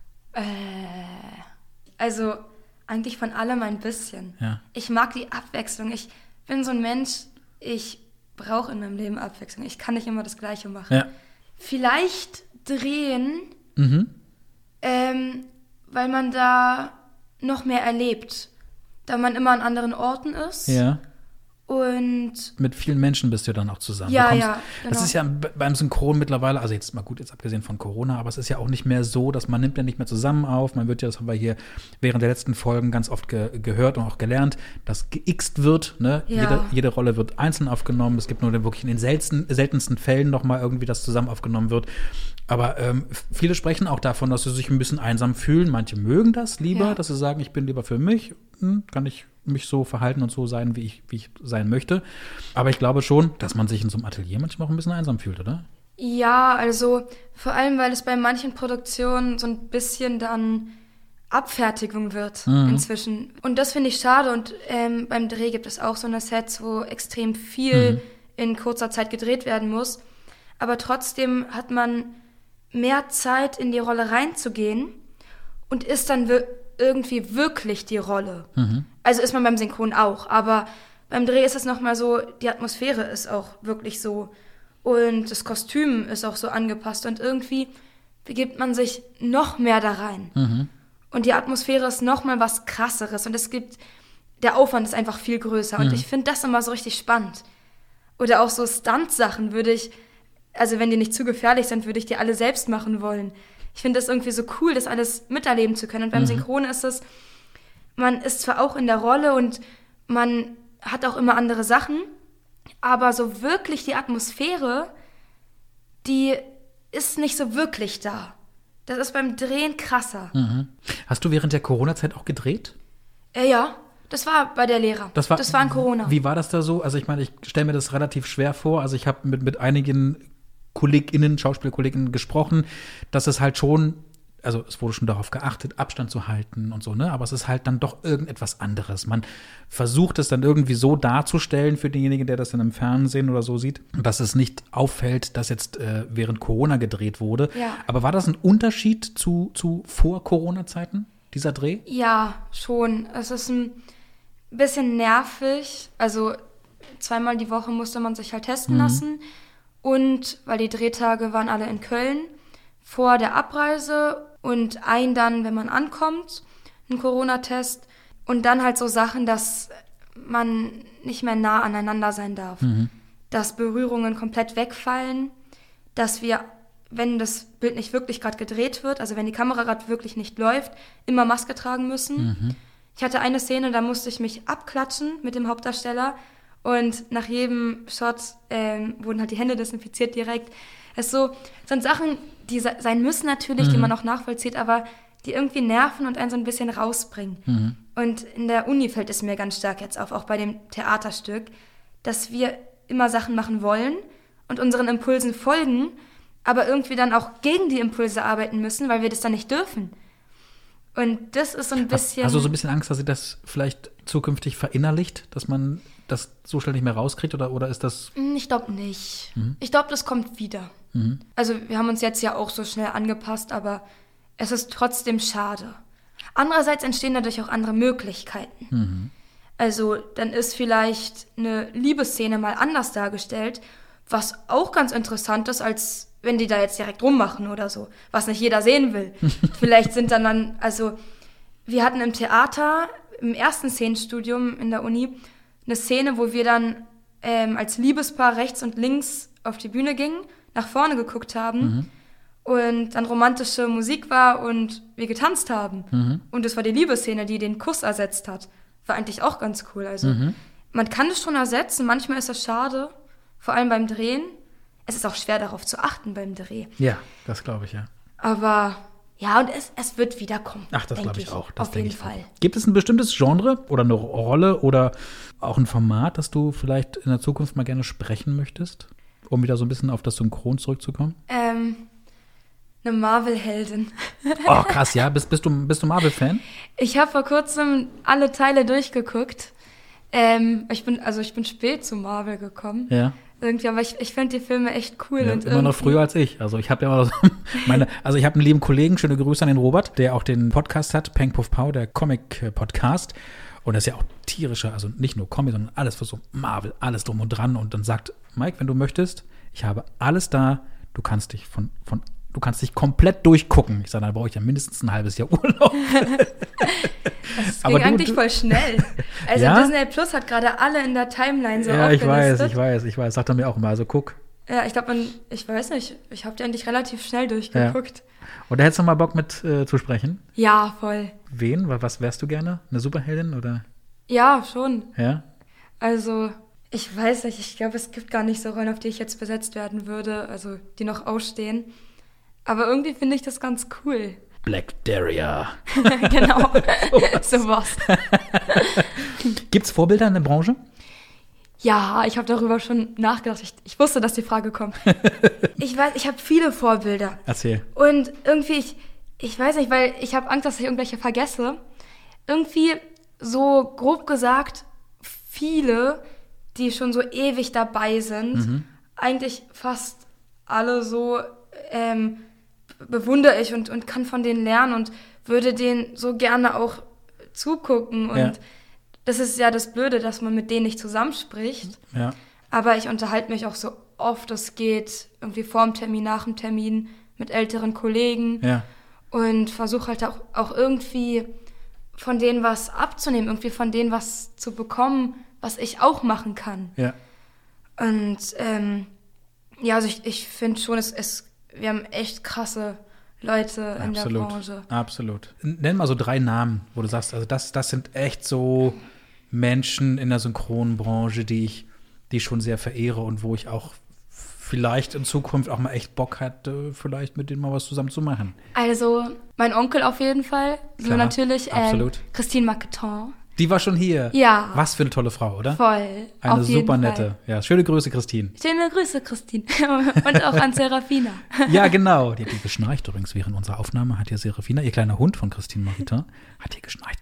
Also eigentlich von allem ein bisschen. Ja. Ich mag die Abwechslung. Ich bin so ein Mensch, ich brauche in meinem Leben Abwechslung. Ich kann nicht immer das Gleiche machen. Ja. Vielleicht drehen, weil man da noch mehr erlebt. Da man immer an anderen Orten ist. Ja. Und mit vielen Menschen bist du dann auch zusammen. Ja, genau. Das ist ja beim Synchron mittlerweile, also jetzt abgesehen von Corona, aber es ist ja auch nicht mehr so, dass man nimmt ja nicht mehr zusammen auf. Man wird ja, das haben wir hier während der letzten Folgen ganz oft gehört und auch gelernt, dass geixt wird. Ne? Ja. Jede Rolle wird einzeln aufgenommen. Es gibt nur wirklich in den seltensten Fällen nochmal irgendwie, dass zusammen aufgenommen wird. Aber viele sprechen auch davon, dass sie sich ein bisschen einsam fühlen. Manche mögen das lieber, dass sie sagen, ich bin lieber für mich. Kann ich mich so verhalten und so sein, wie ich sein möchte. Aber ich glaube schon, dass man sich in so einem Atelier manchmal auch ein bisschen einsam fühlt, oder? Ja, also vor allem, weil es bei manchen Produktionen so ein bisschen dann Abfertigung wird inzwischen. Und das finde ich schade. Und beim Dreh gibt es auch so eine Sets, wo extrem viel in kurzer Zeit gedreht werden muss. Aber trotzdem hat man mehr Zeit, in die Rolle reinzugehen und ist dann irgendwie wirklich die Rolle. Also ist man beim Synchron auch, aber beim Dreh ist es nochmal so, die Atmosphäre ist auch wirklich so und das Kostüm ist auch so angepasst und irgendwie begibt man sich noch mehr da rein. Und die Atmosphäre ist nochmal was Krasseres und der Aufwand ist einfach viel größer und ich finde das immer so richtig spannend. Oder auch so Stunt-Sachen also wenn die nicht zu gefährlich sind, würde ich die alle selbst machen wollen. Ich finde das irgendwie so cool, das alles miterleben zu können. Und beim Synchron ist es, man ist zwar auch in der Rolle und man hat auch immer andere Sachen, aber so wirklich die Atmosphäre, die ist nicht so wirklich da. Das ist beim Drehen krasser. Hast du während der Corona-Zeit auch gedreht? Ja, das war bei der Lehrer. Das war in Corona. Wie war das da so? Also ich meine, ich stelle mir das relativ schwer vor. Also ich habe mit einigen Schauspielkolleginnen gesprochen, dass es halt schon, also es wurde schon darauf geachtet, Abstand zu halten und so, ne? Aber es ist halt dann doch irgendetwas anderes. Man versucht es dann irgendwie so darzustellen für denjenigen, der das dann im Fernsehen oder so sieht, dass es nicht auffällt, dass jetzt während Corona gedreht wurde. Ja. Aber war das ein Unterschied zu Vor-Corona-Zeiten, dieser Dreh? Ja, schon. Es ist ein bisschen nervig. Also 2-mal die Woche musste man sich halt testen lassen. Und weil die Drehtage waren alle in Köln vor der Abreise und dann, wenn man ankommt, ein Corona-Test und dann halt so Sachen, dass man nicht mehr nah aneinander sein darf, dass Berührungen komplett wegfallen, dass wir, wenn das Bild nicht wirklich gerade gedreht wird, also wenn die Kamera gerade wirklich nicht läuft, immer Maske tragen müssen. Ich hatte eine Szene, da musste ich mich abklatschen mit dem Hauptdarsteller. Und nach jedem Shot wurden halt die Hände desinfiziert direkt. Es sind Sachen, die sein müssen natürlich, die man auch nachvollzieht, aber die irgendwie nerven und einen so ein bisschen rausbringen. Und in der Uni fällt es mir ganz stark jetzt auf, auch bei dem Theaterstück, dass wir immer Sachen machen wollen und unseren Impulsen folgen, aber irgendwie dann auch gegen die Impulse arbeiten müssen, weil wir das dann nicht dürfen. Und das ist so ein bisschen... Hast du so ein bisschen Angst, dass ihr das vielleicht zukünftig verinnerlicht, dass man das so schnell nicht mehr rauskriegt, oder ist das... Ich glaube nicht. Ich glaube, das kommt wieder. Also wir haben uns jetzt ja auch so schnell angepasst, aber es ist trotzdem schade. Andererseits entstehen dadurch auch andere Möglichkeiten. Also dann ist vielleicht eine Liebesszene mal anders dargestellt, was auch ganz interessant ist, als wenn die da jetzt direkt rummachen oder so, was nicht jeder sehen will. Vielleicht sind dann, also wir hatten im Theater, im ersten Szenenstudium in der Uni, eine Szene, wo wir dann als Liebespaar rechts und links auf die Bühne gingen, nach vorne geguckt haben und dann romantische Musik war und wir getanzt haben. Und das war die Liebesszene, die den Kuss ersetzt hat. War eigentlich auch ganz cool. Also man kann es schon ersetzen, manchmal ist das schade, vor allem beim Drehen. Es ist auch schwer, darauf zu achten beim Dreh. Ja, das glaube ich, ja. Aber ja, und es wird wiederkommen. Ach, das glaube ich auch. Das auf jeden Fall. Gibt es ein bestimmtes Genre oder eine Rolle oder auch ein Format, das du vielleicht in der Zukunft mal gerne sprechen möchtest, um wieder so ein bisschen auf das Synchron zurückzukommen? Eine Marvel-Heldin. Oh, krass, ja. Bist du Marvel-Fan? Ich habe vor kurzem alle Teile durchgeguckt. Ich bin spät zu Marvel gekommen. Ja. Irgendwie, aber ich finde die Filme echt cool. Ja, und immer noch früher als ich. Also ich habe ja immer so ich habe einen lieben Kollegen, schöne Grüße an den Robert, der auch den Podcast hat, Peng Puff Pow, der Comic-Podcast. Und das ist ja auch tierischer, also nicht nur Comic, sondern alles für so Marvel, alles drum und dran. Und dann sagt Mike, wenn du möchtest, ich habe alles da, du kannst du kannst dich komplett durchgucken. Ich sage, da brauche ich ja mindestens ein halbes Jahr Urlaub. Das ging eigentlich voll schnell. Also ja? Disney Plus hat gerade alle in der Timeline so aufgelistet. Ich weiß. Sagt er mir auch immer, also guck. Ja, ich glaube, ich weiß nicht, ich habe die eigentlich relativ schnell durchgeguckt. Ja. Und da hättest du mal Bock mit zu sprechen? Ja, voll. Wen? Was wärst du gerne? Eine Superheldin oder? Ja, schon. Ja? Also, ich weiß nicht, ich glaube, es gibt gar nicht so Rollen, auf die ich jetzt besetzt werden würde, also die noch ausstehen. Aber irgendwie finde ich das ganz cool. Black Daria. Genau, sowas. Gibt's Vorbilder in der Branche? Ja, ich habe darüber schon nachgedacht. Ich wusste, dass die Frage kommt. Ich weiß, ich habe viele Vorbilder. Erzähl. Und irgendwie, ich weiß nicht, weil ich habe Angst, dass ich irgendwelche vergesse. Irgendwie, so grob gesagt, viele, die schon so ewig dabei sind, eigentlich fast alle so bewundere ich und kann von denen lernen und würde denen so gerne auch zugucken. Und das ist ja das Blöde, dass man mit denen nicht zusammenspricht. Ja. Aber ich unterhalte mich auch so oft es geht, irgendwie vor dem Termin, nach dem Termin, mit älteren Kollegen. Ja. Und versuche halt auch irgendwie von denen was abzunehmen, irgendwie von denen was zu bekommen, was ich auch machen kann. Ja. Und also ich finde schon, wir haben echt krasse Leute in der Branche. Absolut. Nenn mal so 3 Namen, wo du sagst, also das sind echt so Menschen in der Synchronbranche, die ich schon sehr verehre und wo ich auch vielleicht in Zukunft auch mal echt Bock hatte, vielleicht mit denen mal was zusammen zu machen. Also mein Onkel auf jeden Fall. Klar, so natürlich absolut. Christine Marquetin. Die war schon hier. Ja. Was für eine tolle Frau, oder? Voll. Eine super nette. Ja, schöne Grüße, Christine. Schöne Grüße, Christine. Und auch an Serafina. Ja, genau. Die hat hier geschnarcht übrigens während unserer Aufnahme. Hat hier Serafina, ihr kleiner Hund von Christine Marquetin, hat hier geschnarcht.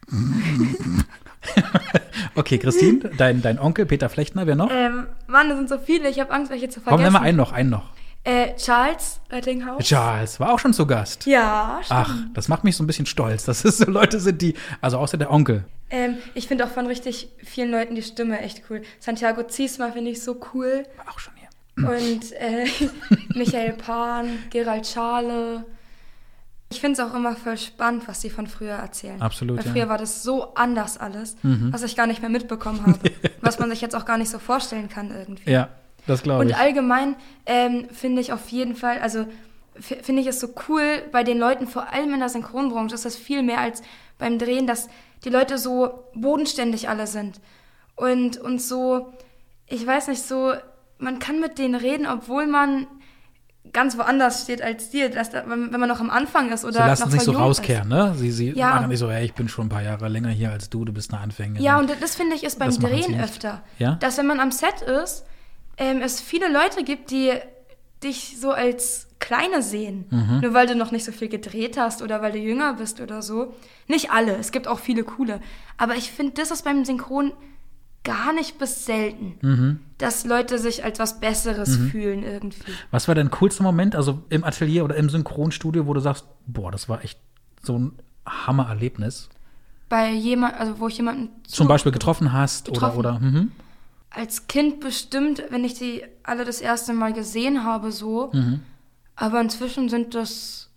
Okay, Christine, dein Onkel Peter Flechtner, wer noch? Mann, das sind so viele. Ich habe Angst, welche zu vergessen. Komm, nimm mal einen noch. Charles Rettinghaus. Charles war auch schon zu Gast. Ja, stimmt. Ach, das macht mich so ein bisschen stolz, dass es so Leute sind, die, also außer der Onkel. Ich finde auch von richtig vielen Leuten die Stimme echt cool. Santiago Ziesmer finde ich so cool. War auch schon hier. Und Michael Pan, Gerald Schale. Ich finde es auch immer voll spannend, was die von früher erzählen. Absolut, Weil früher war das so anders alles, was ich gar nicht mehr mitbekommen habe. Was man sich jetzt auch gar nicht so vorstellen kann irgendwie. Ja, das glaube ich. Und allgemein finde ich auf jeden Fall, also finde ich es so cool bei den Leuten, vor allem in der Synchronbranche, ist das viel mehr als beim Drehen, dass die Leute so bodenständig alle sind. Und so, ich weiß nicht, so, man kann mit denen reden, obwohl man ganz woanders steht als dir, wenn man noch am Anfang ist oder sie lassen noch sich so jung rauskehren, ist. Ne? Sie machen nicht so, ich bin schon ein paar Jahre länger hier als du bist eine Anfängerin. Ja, und das finde ich ist beim Drehen öfter. Ja? Dass wenn man am Set ist, es viele Leute gibt, die dich so als Kleine sehen. Nur weil du noch nicht so viel gedreht hast oder weil du jünger bist oder so. Nicht alle, es gibt auch viele coole. Aber ich finde, das ist beim Synchron gar nicht bis selten, dass Leute sich als was Besseres fühlen irgendwie. Was war dein coolster Moment, also im Atelier oder im Synchronstudio, wo du sagst, boah, das war echt so ein Hammererlebnis? Bei jemand, also wo ich jemanden zum Beispiel getroffen hast oder Als Kind bestimmt, wenn ich die alle das erste Mal gesehen habe, so. Aber inzwischen sind das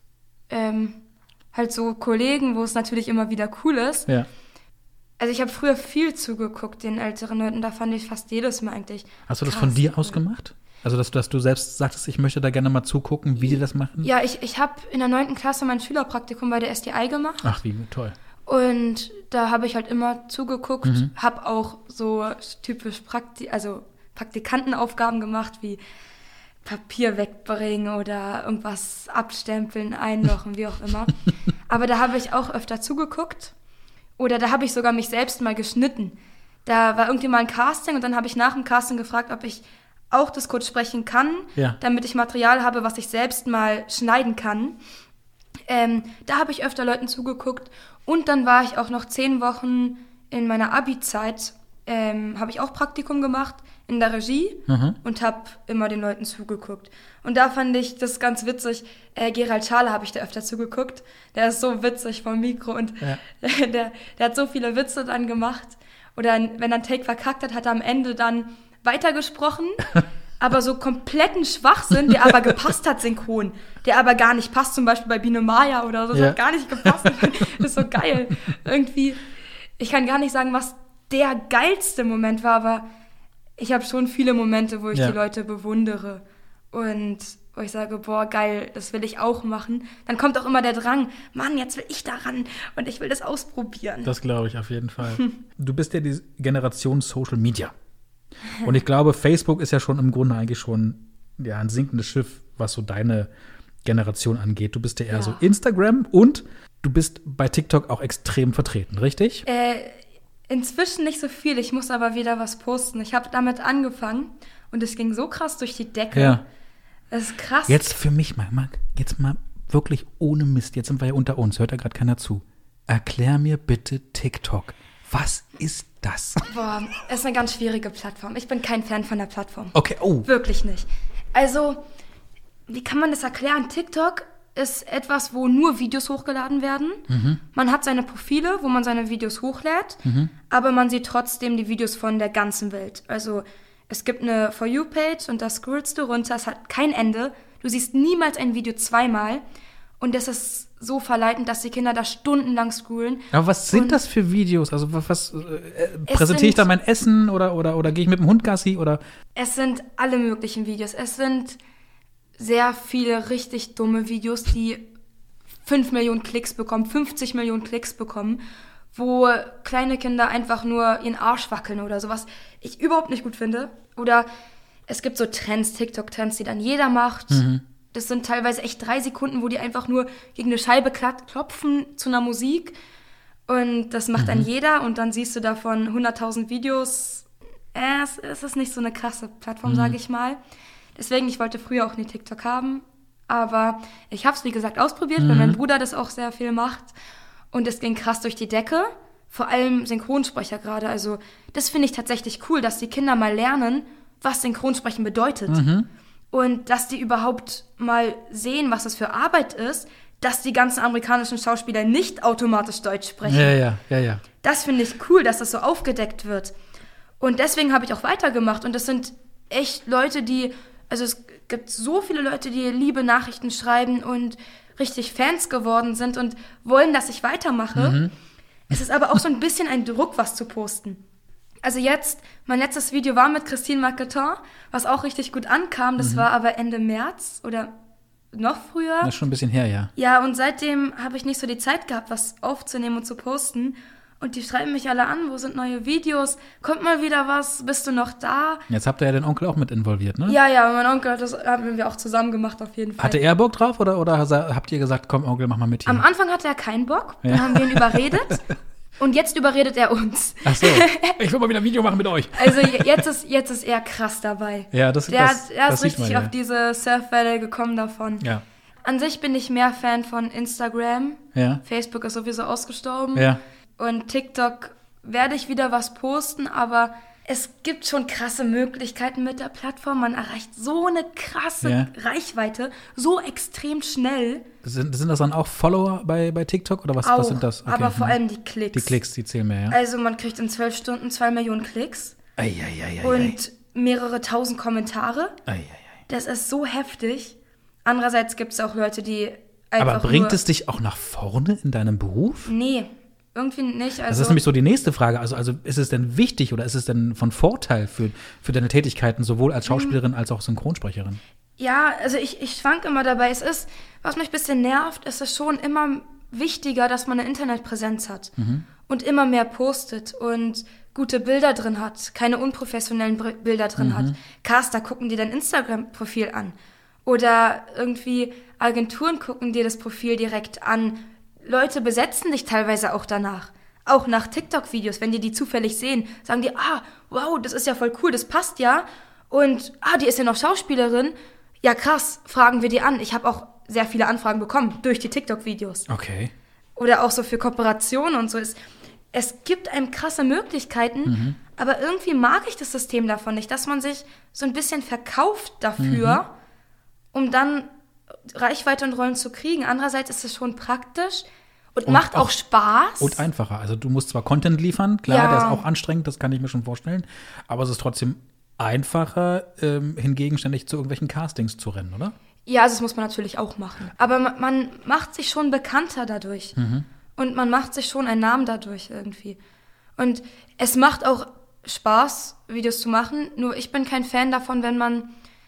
halt so Kollegen, wo es natürlich immer wieder cool ist. Ja. Also ich habe früher viel zugeguckt, den älteren Leuten, da fand ich fast jedes Mal eigentlich. Hast du das von dir aus gemacht? Also dass du selbst sagtest, ich möchte da gerne mal zugucken, wie die das machen? Ja, ich habe in der 9. Klasse mein Schülerpraktikum bei der SDI gemacht. Ach, wie toll. Und da habe ich halt immer zugeguckt, habe auch so typisch Praktikantenaufgaben gemacht, wie Papier wegbringen oder irgendwas abstempeln, einlochen, wie auch immer. Aber da habe ich auch öfter zugeguckt. Oder da habe ich sogar mich selbst mal geschnitten. Da war irgendwie mal ein Casting und dann habe ich nach dem Casting gefragt, ob ich auch das kurz sprechen kann, damit ich Material habe, was ich selbst mal schneiden kann. Da habe ich öfter Leuten zugeguckt. Und dann war ich auch noch 10 Wochen in meiner Abi-Zeit, habe ich auch Praktikum gemacht in der Regie und habe immer den Leuten zugeguckt. Und da fand ich das ganz witzig. Gerald Schale habe ich da öfter zugeguckt. Der ist so witzig vom Mikro und der hat so viele Witze dann gemacht. Oder wenn er einen Take verkackt hat, hat er am Ende dann weitergesprochen. aber so kompletten Schwachsinn, der aber gepasst hat synchron, der aber gar nicht passt, zum Beispiel bei Biene Maya oder so, das hat gar nicht gepasst. Das ist so geil. Irgendwie, ich kann gar nicht sagen, was der geilste Moment war, aber ich habe schon viele Momente, wo ich die Leute bewundere und wo ich sage, boah, geil, das will ich auch machen. Dann kommt auch immer der Drang, Mann, jetzt will ich da ran und ich will das ausprobieren. Das glaube ich auf jeden Fall. Du bist ja die Generation Social Media. Und ich glaube, Facebook ist ja schon im Grunde eigentlich schon ein sinkendes Schiff, was so deine Generation angeht. Du bist ja eher so Instagram und du bist bei TikTok auch extrem vertreten, richtig? Inzwischen nicht so viel. Ich muss aber wieder was posten. Ich habe damit angefangen und es ging so krass durch die Decke. Ja. Das ist krass. Jetzt für mich mal wirklich ohne Mist. Jetzt sind wir ja unter uns. Hört ja gerade keiner zu. Erklär mir bitte TikTok. Was ist das? Boah, es ist eine ganz schwierige Plattform. Ich bin kein Fan von der Plattform. Okay, Wirklich nicht. Also, wie kann man das erklären? TikTok ist etwas, wo nur Videos hochgeladen werden. Man hat seine Profile, wo man seine Videos hochlädt, aber man sieht trotzdem die Videos von der ganzen Welt. Also, es gibt eine For You-Page und da scrollst du runter, es hat kein Ende. Du siehst niemals ein Video zweimal. Und das ist so verleitend, dass die Kinder da stundenlang scrollen. Aber was sind das für Videos? Also was präsentiere ich da mein Essen oder gehe ich mit dem Hund Gassi? Oder? Es sind alle möglichen Videos. Es sind sehr viele richtig dumme Videos, die 5 Millionen Klicks bekommen, 50 Millionen Klicks bekommen, wo kleine Kinder einfach nur ihren Arsch wackeln oder sowas. Ich überhaupt nicht gut finde. Oder es gibt so Trends, TikTok-Trends, die dann jeder macht. Das sind teilweise echt 3 Sekunden, wo die einfach nur gegen eine Scheibe klopfen zu einer Musik. Und das macht dann jeder. Und dann siehst du davon 100.000 Videos. Es ist nicht so eine krasse Plattform, sage ich mal. Deswegen, ich wollte früher auch nie TikTok haben. Aber ich habe es, wie gesagt, ausprobiert, weil mein Bruder das auch sehr viel macht. Und es ging krass durch die Decke. Vor allem Synchronsprecher gerade. Also das finde ich tatsächlich cool, dass die Kinder mal lernen, was Synchronsprechen bedeutet. Und dass die überhaupt mal sehen, was das für Arbeit ist, dass die ganzen amerikanischen Schauspieler nicht automatisch Deutsch sprechen. Ja. Das finde ich cool, dass das so aufgedeckt wird. Und deswegen habe ich auch weitergemacht. Und das sind echt Leute, also es gibt so viele Leute, die liebe Nachrichten schreiben und richtig Fans geworden sind und wollen, dass ich weitermache. Es ist aber auch so ein bisschen ein Druck, was zu posten. Also jetzt, mein letztes Video war mit Christine Marquetin, was auch richtig gut ankam. Das war aber Ende März oder noch früher. Das ist schon ein bisschen her, ja. Ja, und seitdem habe ich nicht so die Zeit gehabt, was aufzunehmen und zu posten. Und die schreiben mich alle an, wo sind neue Videos? Kommt mal wieder was? Bist du noch da? Jetzt habt ihr ja den Onkel auch mit involviert, ne? Ja, mein Onkel, das haben wir auch zusammen gemacht auf jeden Fall. Hatte er Bock drauf oder habt ihr gesagt, komm Onkel, mach mal mit hier? Am Anfang hatte er keinen Bock, dann haben wir ihn überredet. Und jetzt überredet er uns. Ach so, ich will mal wieder ein Video machen mit euch. Also jetzt ist er krass dabei. Ja, er ist richtig auf diese Surfwelle gekommen davon. Ja. An sich bin ich mehr Fan von Instagram. Ja. Facebook ist sowieso ausgestorben. Ja. Und TikTok werde ich wieder was posten, aber es gibt schon krasse Möglichkeiten mit der Plattform. Man erreicht so eine krasse Reichweite, so extrem schnell. Sind das dann auch Follower bei TikTok oder was sind das? Okay. Aber vor allem die Klicks. Die Klicks, die zählen mehr, ja. Also man kriegt in 12 Stunden 2 Millionen Klicks. Und mehrere tausend Kommentare. Das ist so heftig. Andererseits gibt es auch Leute, die einfach Aber bringt es dich auch nach vorne in deinem Beruf? Nee. Irgendwie nicht. Das ist nämlich so die nächste Frage. Also ist es denn wichtig oder ist es denn von Vorteil für deine Tätigkeiten, sowohl als Schauspielerin als auch Synchronsprecherin? Ja, also ich schwank immer dabei. Was mich ein bisschen nervt, ist es schon immer wichtiger, dass man eine Internetpräsenz hat und immer mehr postet und gute Bilder drin hat, keine unprofessionellen Bilder drin hat. Caster gucken dir dein Instagram-Profil an oder irgendwie Agenturen gucken dir das Profil direkt an. Leute besetzen dich teilweise auch danach. Auch nach TikTok-Videos, wenn die zufällig sehen, sagen die, wow, das ist ja voll cool, das passt ja. Und, die ist ja noch Schauspielerin. Ja, krass, fragen wir die an. Ich habe auch sehr viele Anfragen bekommen durch die TikTok-Videos. Okay. Oder auch so für Kooperationen und so. Es gibt einem krasse Möglichkeiten, aber irgendwie mag ich das System davon nicht, dass man sich so ein bisschen verkauft dafür, um dann Reichweite und Rollen zu kriegen. Andererseits ist es schon praktisch und macht auch Spaß. Und einfacher. Also du musst zwar Content liefern, klar, der ist auch anstrengend, das kann ich mir schon vorstellen, aber es ist trotzdem einfacher, hingegen ständig zu irgendwelchen Castings zu rennen, oder? Ja, also das muss man natürlich auch machen. Aber man macht sich schon bekannter dadurch. Und man macht sich schon einen Namen dadurch irgendwie. Und es macht auch Spaß, Videos zu machen. Nur ich bin kein Fan davon, wenn man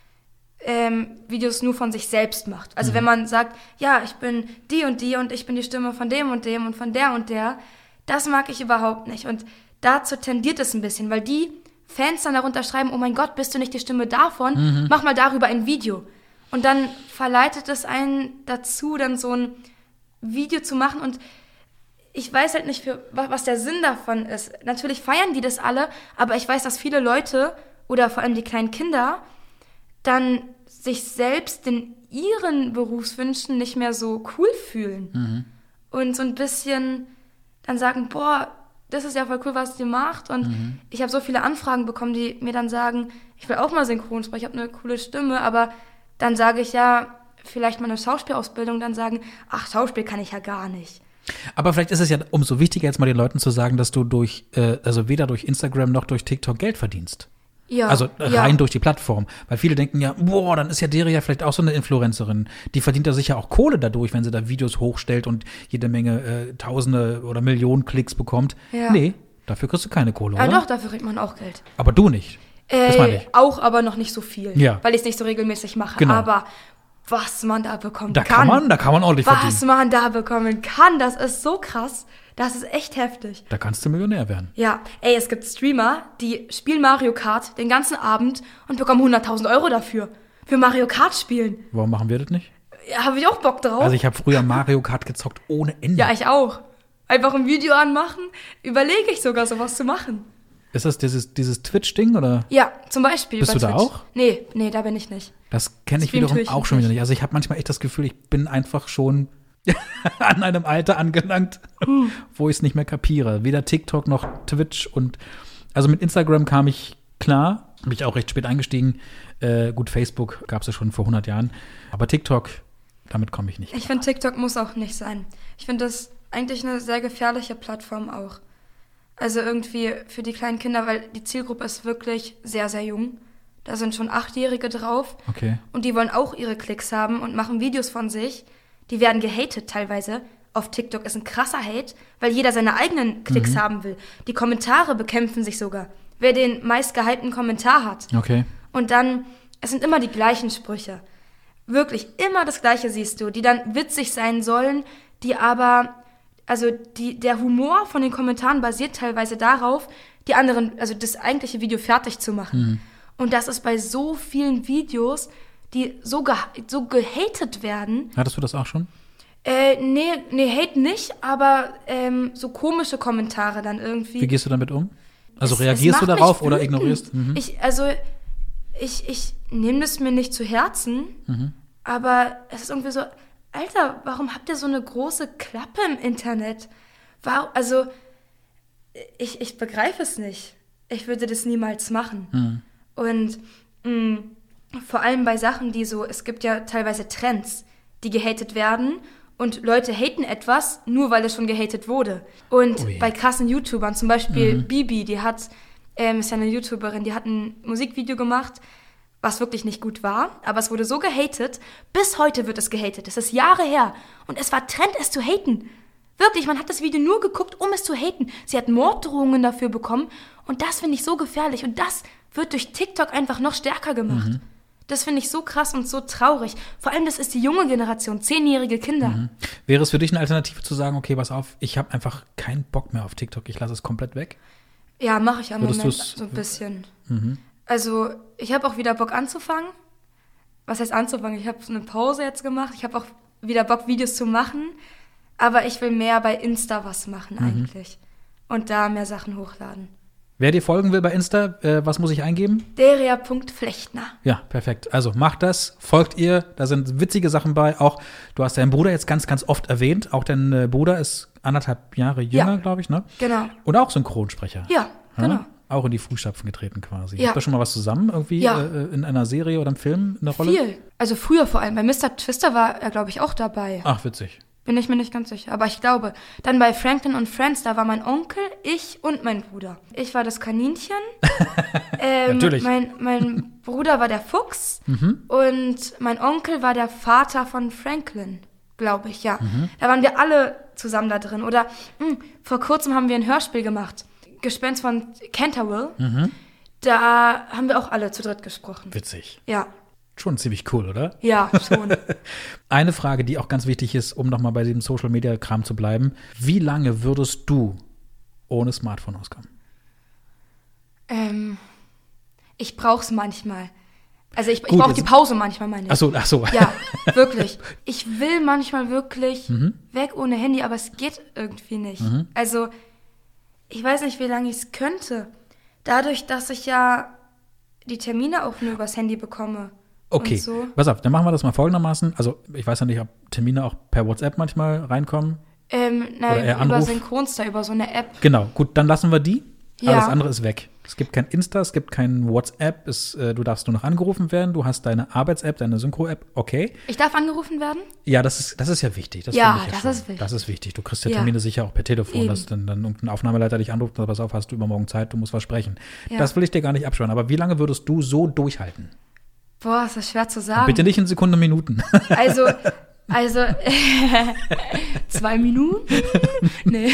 Videos nur von sich selbst macht. Also wenn man sagt, ja, ich bin die und ich bin die Stimme von dem und von der und der. Das mag ich überhaupt nicht. Und dazu tendiert es ein bisschen, weil die Fans dann darunter schreiben, oh mein Gott, bist du nicht die Stimme davon? Mach mal darüber ein Video. Und dann verleitet es einen dazu, dann so ein Video zu machen. Und ich weiß halt nicht, was der Sinn davon ist. Natürlich feiern die das alle, aber ich weiß, dass viele Leute oder vor allem die kleinen Kinder dann sich selbst in ihren Berufswünschen nicht mehr so cool fühlen. Und so ein bisschen dann sagen, boah, das ist ja voll cool, was ihr macht. Und ich habe so viele Anfragen bekommen, die mir dann sagen, ich will auch mal Synchronsprecher, ich habe eine coole Stimme, aber dann sage ich ja, vielleicht mal eine Schauspielausbildung, dann sagen, ach, Schauspiel kann ich ja gar nicht. Aber vielleicht ist es ja umso wichtiger, jetzt mal den Leuten zu sagen, dass du weder durch Instagram noch durch TikTok Geld verdienst. Ja, also rein durch die Plattform. Weil viele denken ja, boah, dann ist ja Deria vielleicht auch so eine Influencerin. Die verdient ja sicher auch Kohle dadurch, wenn sie da Videos hochstellt und jede Menge Tausende oder Millionen Klicks bekommt. Ja. Nee, dafür kriegst du keine Kohle, oder? Ja doch, dafür kriegt man auch Geld. Aber du nicht. Das meine ich. Auch, aber noch nicht so viel. Ja. Weil ich es nicht so regelmäßig mache. Genau. Aber was man da bekommen kann. Da kann man ordentlich verdienen. Was man da bekommen kann, das ist so krass. Das ist echt heftig. Da kannst du Millionär werden. Ja, es gibt Streamer, die spielen Mario Kart den ganzen Abend und bekommen 100.000 € dafür. Für Mario Kart spielen. Warum machen wir das nicht? Ja, habe ich auch Bock drauf. Also ich habe früher Mario Kart gezockt ohne Ende. Ja, ich auch. Einfach ein Video anmachen, überlege ich sogar, sowas zu machen. Ist das dieses Twitch-Ding, oder? Ja, zum Beispiel. Bist du da auch? Nee, da bin ich nicht. Das kenne ich wiederum auch schon wieder nicht. Also ich habe manchmal echt das Gefühl, ich bin einfach schon an einem Alter angelangt, wo ich es nicht mehr kapiere. Weder TikTok noch Twitch also mit Instagram kam ich klar, bin ich auch recht spät eingestiegen. Gut, Facebook gab es ja schon vor 100 Jahren, aber TikTok, damit komme ich nicht. Ich finde, TikTok muss auch nicht sein. Ich finde das eigentlich eine sehr gefährliche Plattform auch. Also irgendwie für die kleinen Kinder, weil die Zielgruppe ist wirklich sehr, sehr jung. Da sind schon 8-Jährige drauf. Okay. Und die wollen auch ihre Klicks haben und machen Videos von sich. Die werden gehatet teilweise. Auf TikTok ist ein krasser Hate, weil jeder seine eigenen Klicks haben will. Die Kommentare bekämpfen sich sogar. Wer den meist gehypten Kommentar hat. Okay. Und dann, es sind immer die gleichen Sprüche. Wirklich, immer das Gleiche siehst du, die dann witzig sein sollen, die aber, also der Humor von den Kommentaren basiert teilweise darauf, die anderen, also das eigentliche Video fertig zu machen. Und das ist bei so vielen Videos, die so gehatet werden. Hattest du das auch schon? Nee, Hate nicht, aber so komische Kommentare dann irgendwie. Wie gehst du damit um? Also reagierst du darauf oder ignorierst? Ich nehme das mir nicht zu Herzen, aber es ist irgendwie so, Alter, warum habt ihr so eine große Klappe im Internet? Also, ich begreife es nicht. Ich würde das niemals machen. Und vor allem bei Sachen, die so, es gibt ja teilweise Trends, die gehatet werden und Leute haten etwas, nur weil es schon gehatet wurde. Und bei krassen YouTubern, zum Beispiel Bibi, die ist ja eine YouTuberin, die hat ein Musikvideo gemacht, was wirklich nicht gut war, aber es wurde so gehatet, bis heute wird es gehatet. Das ist Jahre her und es war Trend, es zu haten. Wirklich, man hat das Video nur geguckt, um es zu haten. Sie hat Morddrohungen dafür bekommen und das finde ich so gefährlich und das wird durch TikTok einfach noch stärker gemacht. Das finde ich so krass und so traurig. Vor allem, das ist die junge Generation, 10-jährige Kinder. Wäre es für dich eine Alternative zu sagen, okay, pass auf, ich habe einfach keinen Bock mehr auf TikTok, ich lasse es komplett weg? Ja, mache ich am Moment so ein bisschen. Also, ich habe auch wieder Bock anzufangen. Was heißt anzufangen? Ich habe eine Pause jetzt gemacht. Ich habe auch wieder Bock, Videos zu machen. Aber ich will mehr bei Insta was machen eigentlich. Und da mehr Sachen hochladen. Wer dir folgen will bei Insta, was muss ich eingeben? Deria.Flechtner. Ja, perfekt. Also macht das, folgt ihr, da sind witzige Sachen bei. Auch, du hast deinen Bruder jetzt ganz, ganz oft erwähnt. Auch dein Bruder ist 1,5 Jahre jünger, glaube ich, ne? Genau. Und auch Synchronsprecher. Ja, genau. Auch in die Fußstapfen getreten quasi. Ja. Habt ihr schon mal was zusammen irgendwie in einer Serie oder einem Film eine Rolle? Viel. Also früher vor allem. Bei Mr. Twister war er, glaube ich, auch dabei. Ach, witzig. Bin ich mir nicht ganz sicher, aber ich glaube. Dann bei Franklin und Friends, da war mein Onkel, ich und mein Bruder. Ich war das Kaninchen. Natürlich. Mein Bruder war der Fuchs und mein Onkel war der Vater von Franklin, glaube ich, ja. Da waren wir alle zusammen da drin. Oder vor kurzem haben wir ein Hörspiel gemacht. Gespenst von Canterville. Da haben wir auch alle zu dritt gesprochen. Witzig. Ja. Schon ziemlich cool, oder? Ja, schon. Eine Frage, die auch ganz wichtig ist, um nochmal bei diesem Social-Media-Kram zu bleiben. Wie lange würdest du ohne Smartphone auskommen? Ich brauch's manchmal. Also ich brauche die Pause manchmal, meine ich. Ach so. Ja, wirklich. Ich will manchmal wirklich weg ohne Handy, aber es geht irgendwie nicht. Also ich weiß nicht, wie lange ich es könnte. Dadurch, dass ich ja die Termine auch nur übers Handy bekomme. Okay, so. Pass auf, dann machen wir das mal folgendermaßen. Also ich weiß ja nicht, ob Termine auch per WhatsApp manchmal reinkommen. Über Synchronster, über so eine App. Genau, gut, dann lassen wir die. Ja. Alles andere ist weg. Es gibt kein Insta, es gibt kein WhatsApp, du darfst nur noch angerufen werden, du hast deine Arbeits-App, deine Synchro-App, okay. Ich darf angerufen werden? Ja, das ist ja wichtig. Das ist wichtig. Das ist wichtig. Du kriegst ja Termine sicher auch per Telefon, dass dann irgendein Aufnahmeleiter dich anruft und pass auf, hast du übermorgen Zeit, du musst was sprechen. Ja. Das will ich dir gar nicht abschwören. Aber wie lange würdest du so durchhalten? Boah, ist das schwer zu sagen. Bitte nicht in Sekunden, Minuten. Also 2 Minuten? Nee.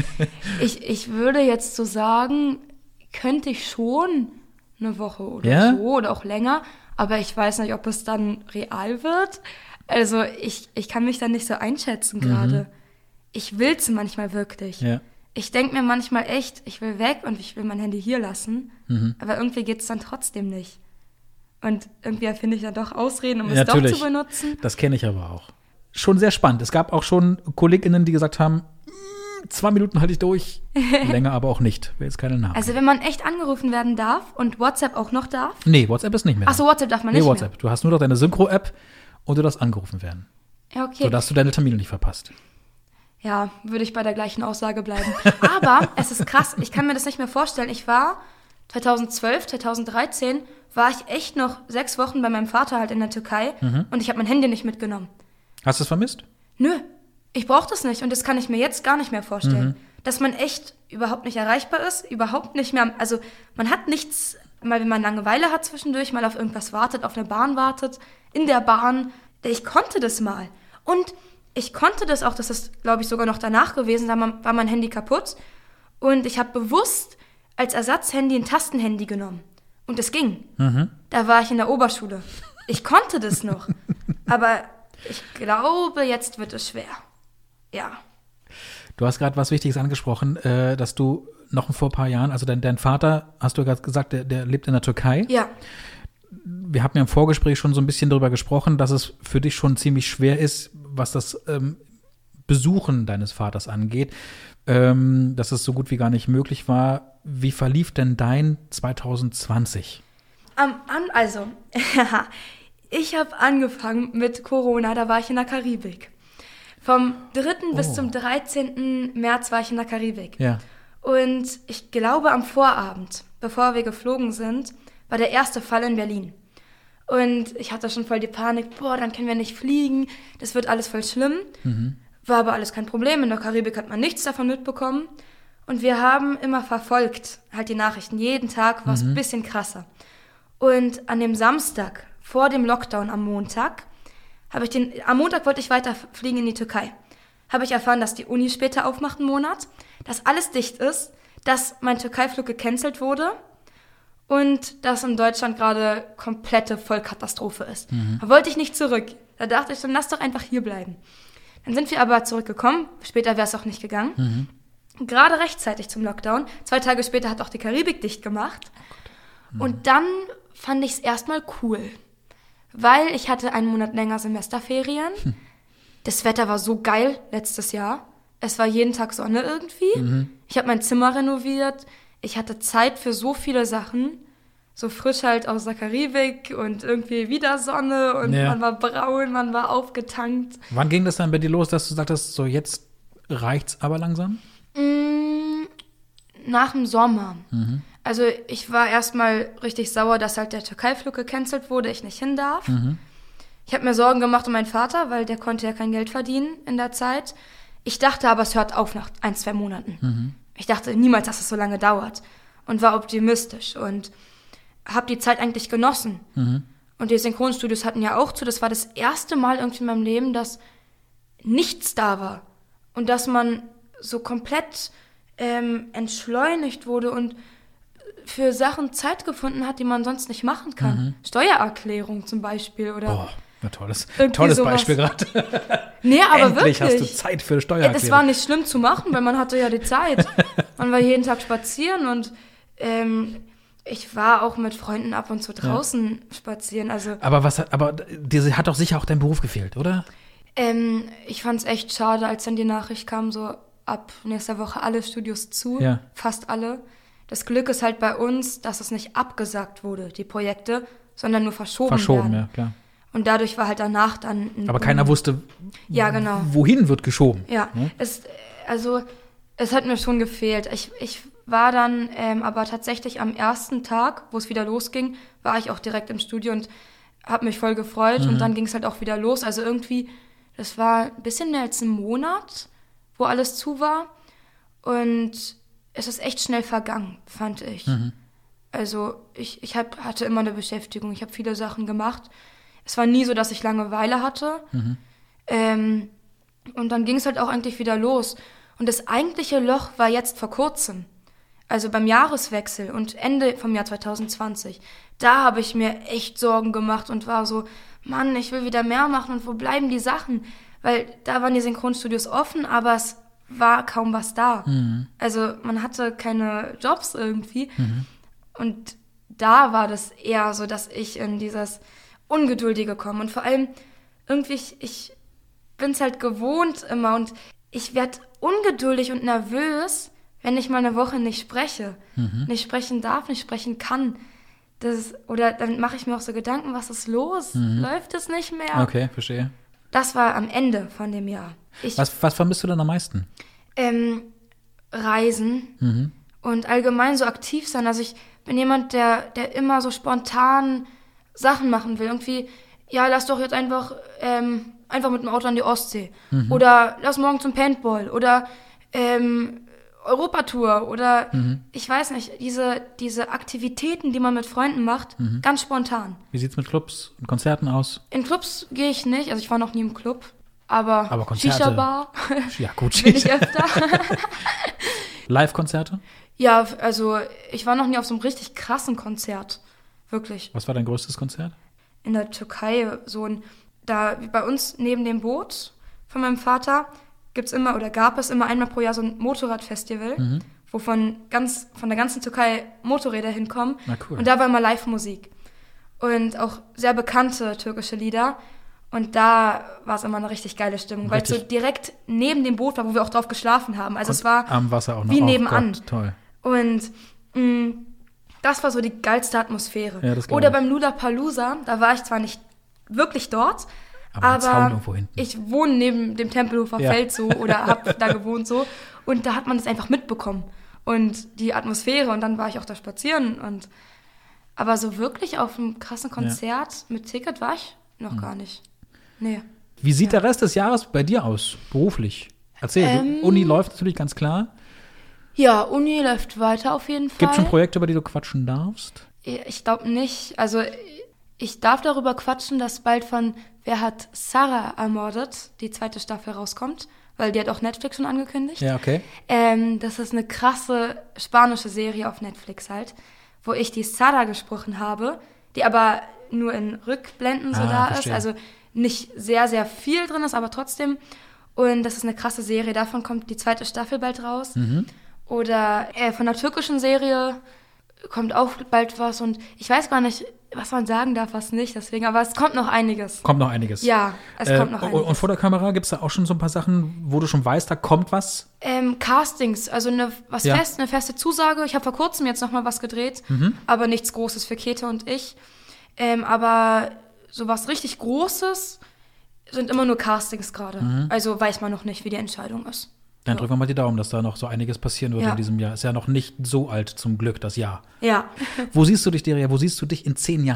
Ich würde jetzt so sagen, könnte ich schon eine Woche oder so oder auch länger, aber ich weiß nicht, ob es dann real wird. Also ich kann mich dann nicht so einschätzen gerade. Ich will es manchmal wirklich. Ja. Ich denke mir manchmal echt, ich will weg und ich will mein Handy hier lassen, aber irgendwie geht es dann trotzdem nicht. Und irgendwie finde ich dann doch Ausreden, um es doch zu benutzen. Das kenne ich aber auch. Schon sehr spannend. Es gab auch schon KollegInnen, die gesagt haben, 2 Minuten halte ich durch, länger aber auch nicht. Will jetzt keine Namen. Also wenn man echt angerufen werden darf und WhatsApp auch noch darf? Nee, WhatsApp ist nicht mehr. Achso, WhatsApp darf man nicht mehr. Nee, WhatsApp. Du hast nur noch deine Synchro-App und du darfst angerufen werden. Ja, okay. Sodass du deine Termine nicht verpasst. Ja, würde ich bei der gleichen Aussage bleiben. Aber es ist krass, ich kann mir das nicht mehr vorstellen. Ich war 2012, 2013, war ich echt noch 6 Wochen bei meinem Vater halt in der Türkei und ich habe mein Handy nicht mitgenommen. Hast du es vermisst? Nö, ich brauche das nicht und das kann ich mir jetzt gar nicht mehr vorstellen. Dass man echt überhaupt nicht erreichbar ist, überhaupt nicht mehr, also man hat nichts, mal wenn man Langeweile hat zwischendurch, mal auf irgendwas wartet, auf eine Bahn wartet, in der Bahn. Ich konnte das mal und ich konnte das auch, das ist glaube ich sogar noch danach gewesen, da war mein Handy kaputt und ich habe bewusst als Ersatzhandy ein Tastenhandy genommen und es ging. Da war ich in der Oberschule. Ich konnte das noch, aber ich glaube, jetzt wird es schwer. Ja. Du hast gerade was Wichtiges angesprochen, dass du noch vor ein paar Jahren, also dein Vater, hast du gerade gesagt, der lebt in der Türkei. Ja. Wir hatten ja im Vorgespräch schon so ein bisschen darüber gesprochen, dass es für dich schon ziemlich schwer ist, was das Besuchen deines Vaters angeht, dass es so gut wie gar nicht möglich war. Wie verlief denn dein 2020? Also, ich habe angefangen mit Corona, da war ich in der Karibik. Vom 3. bis zum 13. März war ich in der Karibik. Ja. Und ich glaube, am Vorabend, bevor wir geflogen sind, war der erste Fall in Berlin. Und ich hatte schon voll die Panik, dann können wir nicht fliegen, das wird alles voll schlimm. War aber alles kein Problem, in der Karibik hat man nichts davon mitbekommen. Und wir haben immer verfolgt, halt die Nachrichten, jeden Tag war es ein bisschen krasser. Und an dem Samstag, vor dem Lockdown am Montag, am Montag wollte ich weiterfliegen in die Türkei. Habe ich erfahren, dass die Uni später aufmacht einen Monat, dass alles dicht ist, dass mein Türkei-Flug gecancelt wurde und dass in Deutschland gerade komplette Vollkatastrophe ist. Da wollte ich nicht zurück. Da dachte ich, dann lass doch einfach hier bleiben. Dann sind wir aber zurückgekommen. Später wäre es auch nicht gegangen. Gerade rechtzeitig zum Lockdown. 2 Tage später hat auch die Karibik dicht gemacht. Und dann fand ich es erstmal cool. Weil ich hatte 1 Monat länger Semesterferien. Das Wetter war so geil letztes Jahr. Es war jeden Tag Sonne irgendwie. Ich habe mein Zimmer renoviert. Ich hatte Zeit für so viele Sachen. So frisch halt aus der Karibik und irgendwie wieder Sonne und man war braun, man war aufgetankt. Wann ging das dann bei dir los, dass du sagtest, so jetzt reicht's aber langsam? Nach dem Sommer. Also ich war erstmal richtig sauer, dass halt der Türkei-Flug gecancelt wurde, ich nicht hin darf. Ich habe mir Sorgen gemacht um meinen Vater, weil der konnte ja kein Geld verdienen in der Zeit. Ich dachte aber, es hört auf nach 1-2 Monaten. Ich dachte niemals, dass es so lange dauert und war optimistisch und habe die Zeit eigentlich genossen. Und die Synchronstudios hatten ja auch zu. Das war das erste Mal irgendwie in meinem Leben, dass nichts da war und dass man so komplett entschleunigt wurde und für Sachen Zeit gefunden hat, die man sonst nicht machen kann. Steuererklärung zum Beispiel oder tolles sowas. Beispiel gerade. Nee, aber Endlich wirklich. hast du Zeit für Steuererklärung. Es war nicht schlimm zu machen, weil man hatte ja die Zeit. Man war jeden Tag spazieren und ich war auch mit Freunden ab und zu draußen spazieren. Also, aber dir hat doch sicher auch dein Beruf gefehlt, oder? Ich fand es echt schade, als dann die Nachricht kam, so ab nächster Woche alle Studios zu, fast alle. Das Glück ist halt bei uns, dass es nicht abgesagt wurde, die Projekte, sondern nur verschoben werden. Ja, klar. Und dadurch war halt danach dann aber keiner wusste, genau. Wohin wird geschoben. Ja, ne? Es hat mir schon gefehlt. Ich war dann aber tatsächlich am ersten Tag, wo es wieder losging, war ich auch direkt im Studio und habe mich voll gefreut. Und dann ging es halt auch wieder los. Also irgendwie, das war ein bisschen mehr als ein Monat, wo alles zu war. Und es ist echt schnell vergangen, fand ich. Also ich hatte immer eine Beschäftigung. Ich habe viele Sachen gemacht. Es war nie so, dass ich Langeweile hatte. Und dann ging es halt auch eigentlich wieder los. Und das eigentliche Loch war jetzt vor kurzem. Also beim Jahreswechsel und Ende vom Jahr 2020. Da habe ich mir echt Sorgen gemacht und war so, Mann, ich will wieder mehr machen und wo bleiben die Sachen? Weil da waren die Synchronstudios offen, aber es war kaum was da. Also man hatte keine Jobs irgendwie. Und da war das eher so, dass ich in dieses Ungeduldige komme. Und vor allem irgendwie, ich bin es halt gewohnt immer und ich werde ungeduldig und nervös, wenn ich mal eine Woche nicht spreche, nicht sprechen darf, nicht sprechen kann. Oder dann mache ich mir auch so Gedanken, was ist los? Läuft es nicht mehr? Okay, verstehe. Das war am Ende von dem Jahr. Was vermisst du denn am meisten? Reisen und allgemein so aktiv sein. Also ich bin jemand, der immer so spontan Sachen machen will. Irgendwie, ja, lass doch jetzt einfach mit dem Auto an die Ostsee. Oder lass morgen zum Paintball. Oder Europatour. Oder ich weiß nicht, diese Aktivitäten, die man mit Freunden macht, ganz spontan. Wie sieht's mit Clubs und Konzerten aus? In Clubs gehe ich nicht. Also ich war noch nie im Club. Aber Konzerte. Shisha-Bar Ja, gut. bin ich öfter. Live-Konzerte? Ja, also ich war noch nie auf so einem richtig krassen Konzert. Wirklich. Was war dein größtes Konzert? In der Türkei, da bei uns neben dem Boot von meinem Vater gab es immer einmal pro Jahr so ein Motorradfestival, wo von der ganzen Türkei Motorräder hinkommen. Na cool. Und da war immer Live-Musik. Und auch sehr bekannte türkische Lieder. Und da war es immer eine richtig geile Stimmung, weil es so direkt neben dem Boot war, wo wir auch drauf geschlafen haben. Also es war am Wasser auch noch. Wie nebenan. Gott, toll. Und das war so die geilste Atmosphäre. Ja, das Oder beim Lollapalooza, da war ich zwar nicht wirklich dort, aber ich wohne neben dem Tempelhofer Feld so oder habe da gewohnt so. Und da hat man das einfach mitbekommen. Und die Atmosphäre. Und dann war ich auch da spazieren. Aber so wirklich auf einem krassen Konzert mit Ticket war ich noch gar nicht. Nee. Wie sieht der Rest des Jahres bei dir aus, beruflich? Erzähl, Uni läuft natürlich ganz klar. Ja, Uni läuft weiter auf jeden Fall. Gibt es schon Projekte, über die du quatschen darfst? Ich glaube nicht. Also ich darf darüber quatschen, dass bald von Wer hat Sarah ermordet, die 2. Staffel rauskommt, weil die hat auch Netflix schon angekündigt. Ja, okay. Das ist eine krasse spanische Serie auf Netflix halt, wo ich die Sarah gesprochen habe, die aber nur in Rückblenden verstehe. ist, also nicht sehr, sehr viel drin ist, aber trotzdem. Und das ist eine krasse Serie, davon kommt die 2. Staffel bald raus. Oder von der türkischen Serie kommt auch bald was und ich weiß gar nicht, was man sagen darf, was nicht, deswegen, aber es kommt noch einiges. Ja, es kommt noch einiges. Und vor der Kamera gibt es da auch schon so ein paar Sachen, wo du schon weißt, da kommt was? Castings, also eine feste Zusage. Ich habe vor kurzem jetzt noch mal was gedreht, aber nichts Großes für Käthe und ich. Aber so was richtig Großes sind immer nur Castings gerade. Also weiß man noch nicht, wie die Entscheidung ist. Dann drücken wir mal die Daumen, dass da noch so einiges passieren wird in diesem Jahr. Ist ja noch nicht so alt, zum Glück, das Jahr. Ja. Wo siehst du dich in 10 Jahren?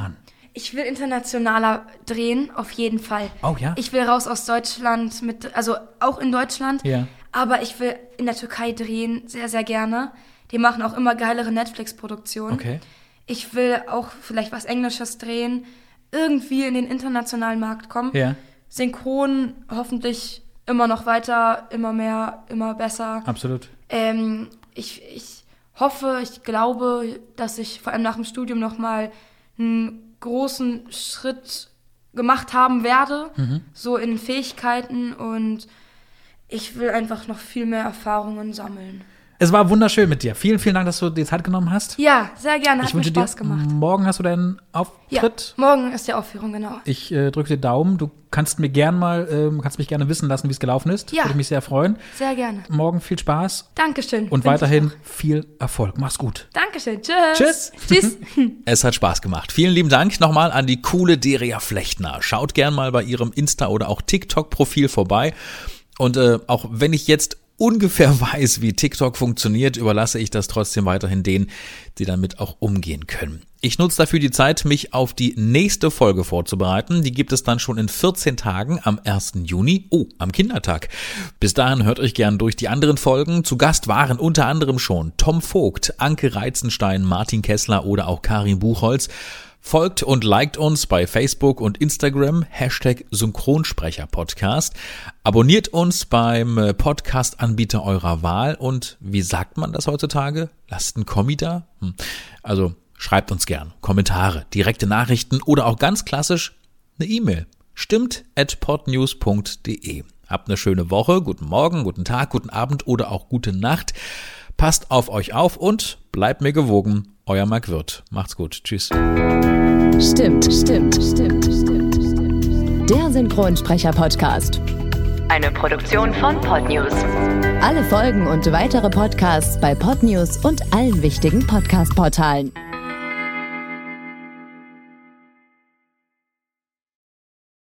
Ich will internationaler drehen, auf jeden Fall. Oh ja? Ich will raus aus Deutschland, also auch in Deutschland. Ja. Aber ich will in der Türkei drehen, sehr, sehr gerne. Die machen auch immer geilere Netflix-Produktionen. Okay. Ich will auch vielleicht was Englisches drehen, irgendwie in den internationalen Markt kommen. Ja. Synchron hoffentlich immer noch weiter, immer mehr, immer besser. Absolut. Ich hoffe, ich glaube, dass ich vor allem nach dem Studium nochmal einen großen Schritt gemacht haben werde, so in Fähigkeiten, und ich will einfach noch viel mehr Erfahrungen sammeln. Es war wunderschön mit dir. Vielen, vielen Dank, dass du dir Zeit genommen hast. Ja, sehr gerne. Hat mir Spaß gemacht. Morgen hast du deinen Auftritt. Ja, morgen ist die Aufführung, genau. Ich drücke dir Daumen. Du kannst mir kannst mich gerne wissen lassen, wie es gelaufen ist. Ja. Würde mich sehr freuen. Sehr gerne. Morgen viel Spaß. Dankeschön. Und weiterhin viel Erfolg. Mach's gut. Dankeschön. Tschüss. Tschüss. Es hat Spaß gemacht. Vielen lieben Dank nochmal an die coole Deria Flechtner. Schaut gern mal bei ihrem Insta- oder auch TikTok-Profil vorbei. Und auch wenn ich jetzt ungefähr weiß, wie TikTok funktioniert, überlasse ich das trotzdem weiterhin denen, die damit auch umgehen können. Ich nutze dafür die Zeit, mich auf die nächste Folge vorzubereiten. Die gibt es dann schon in 14 Tagen am 1. Juni, am Kindertag. Bis dahin hört euch gern durch die anderen Folgen. Zu Gast waren unter anderem schon Tom Vogt, Anke Reizenstein, Martin Kessler oder auch Karin Buchholz. Folgt und liked uns bei Facebook und Instagram, #Synchronsprecher-Podcast. Abonniert uns beim Podcast-Anbieter eurer Wahl und wie sagt man das heutzutage? Lasst einen Kommi da? Also schreibt uns gern Kommentare, direkte Nachrichten oder auch ganz klassisch eine E-Mail. stimmt@podnews.de. Habt eine schöne Woche, guten Morgen, guten Tag, guten Abend oder auch gute Nacht. Passt auf euch auf und bleibt mir gewogen. Euer Marc Wirth. Macht's gut. Tschüss. Stimmt. Der Synchronsprecher-Podcast. Eine Produktion von Podnews. Alle Folgen und weitere Podcasts bei Podnews und allen wichtigen Podcast-Portalen.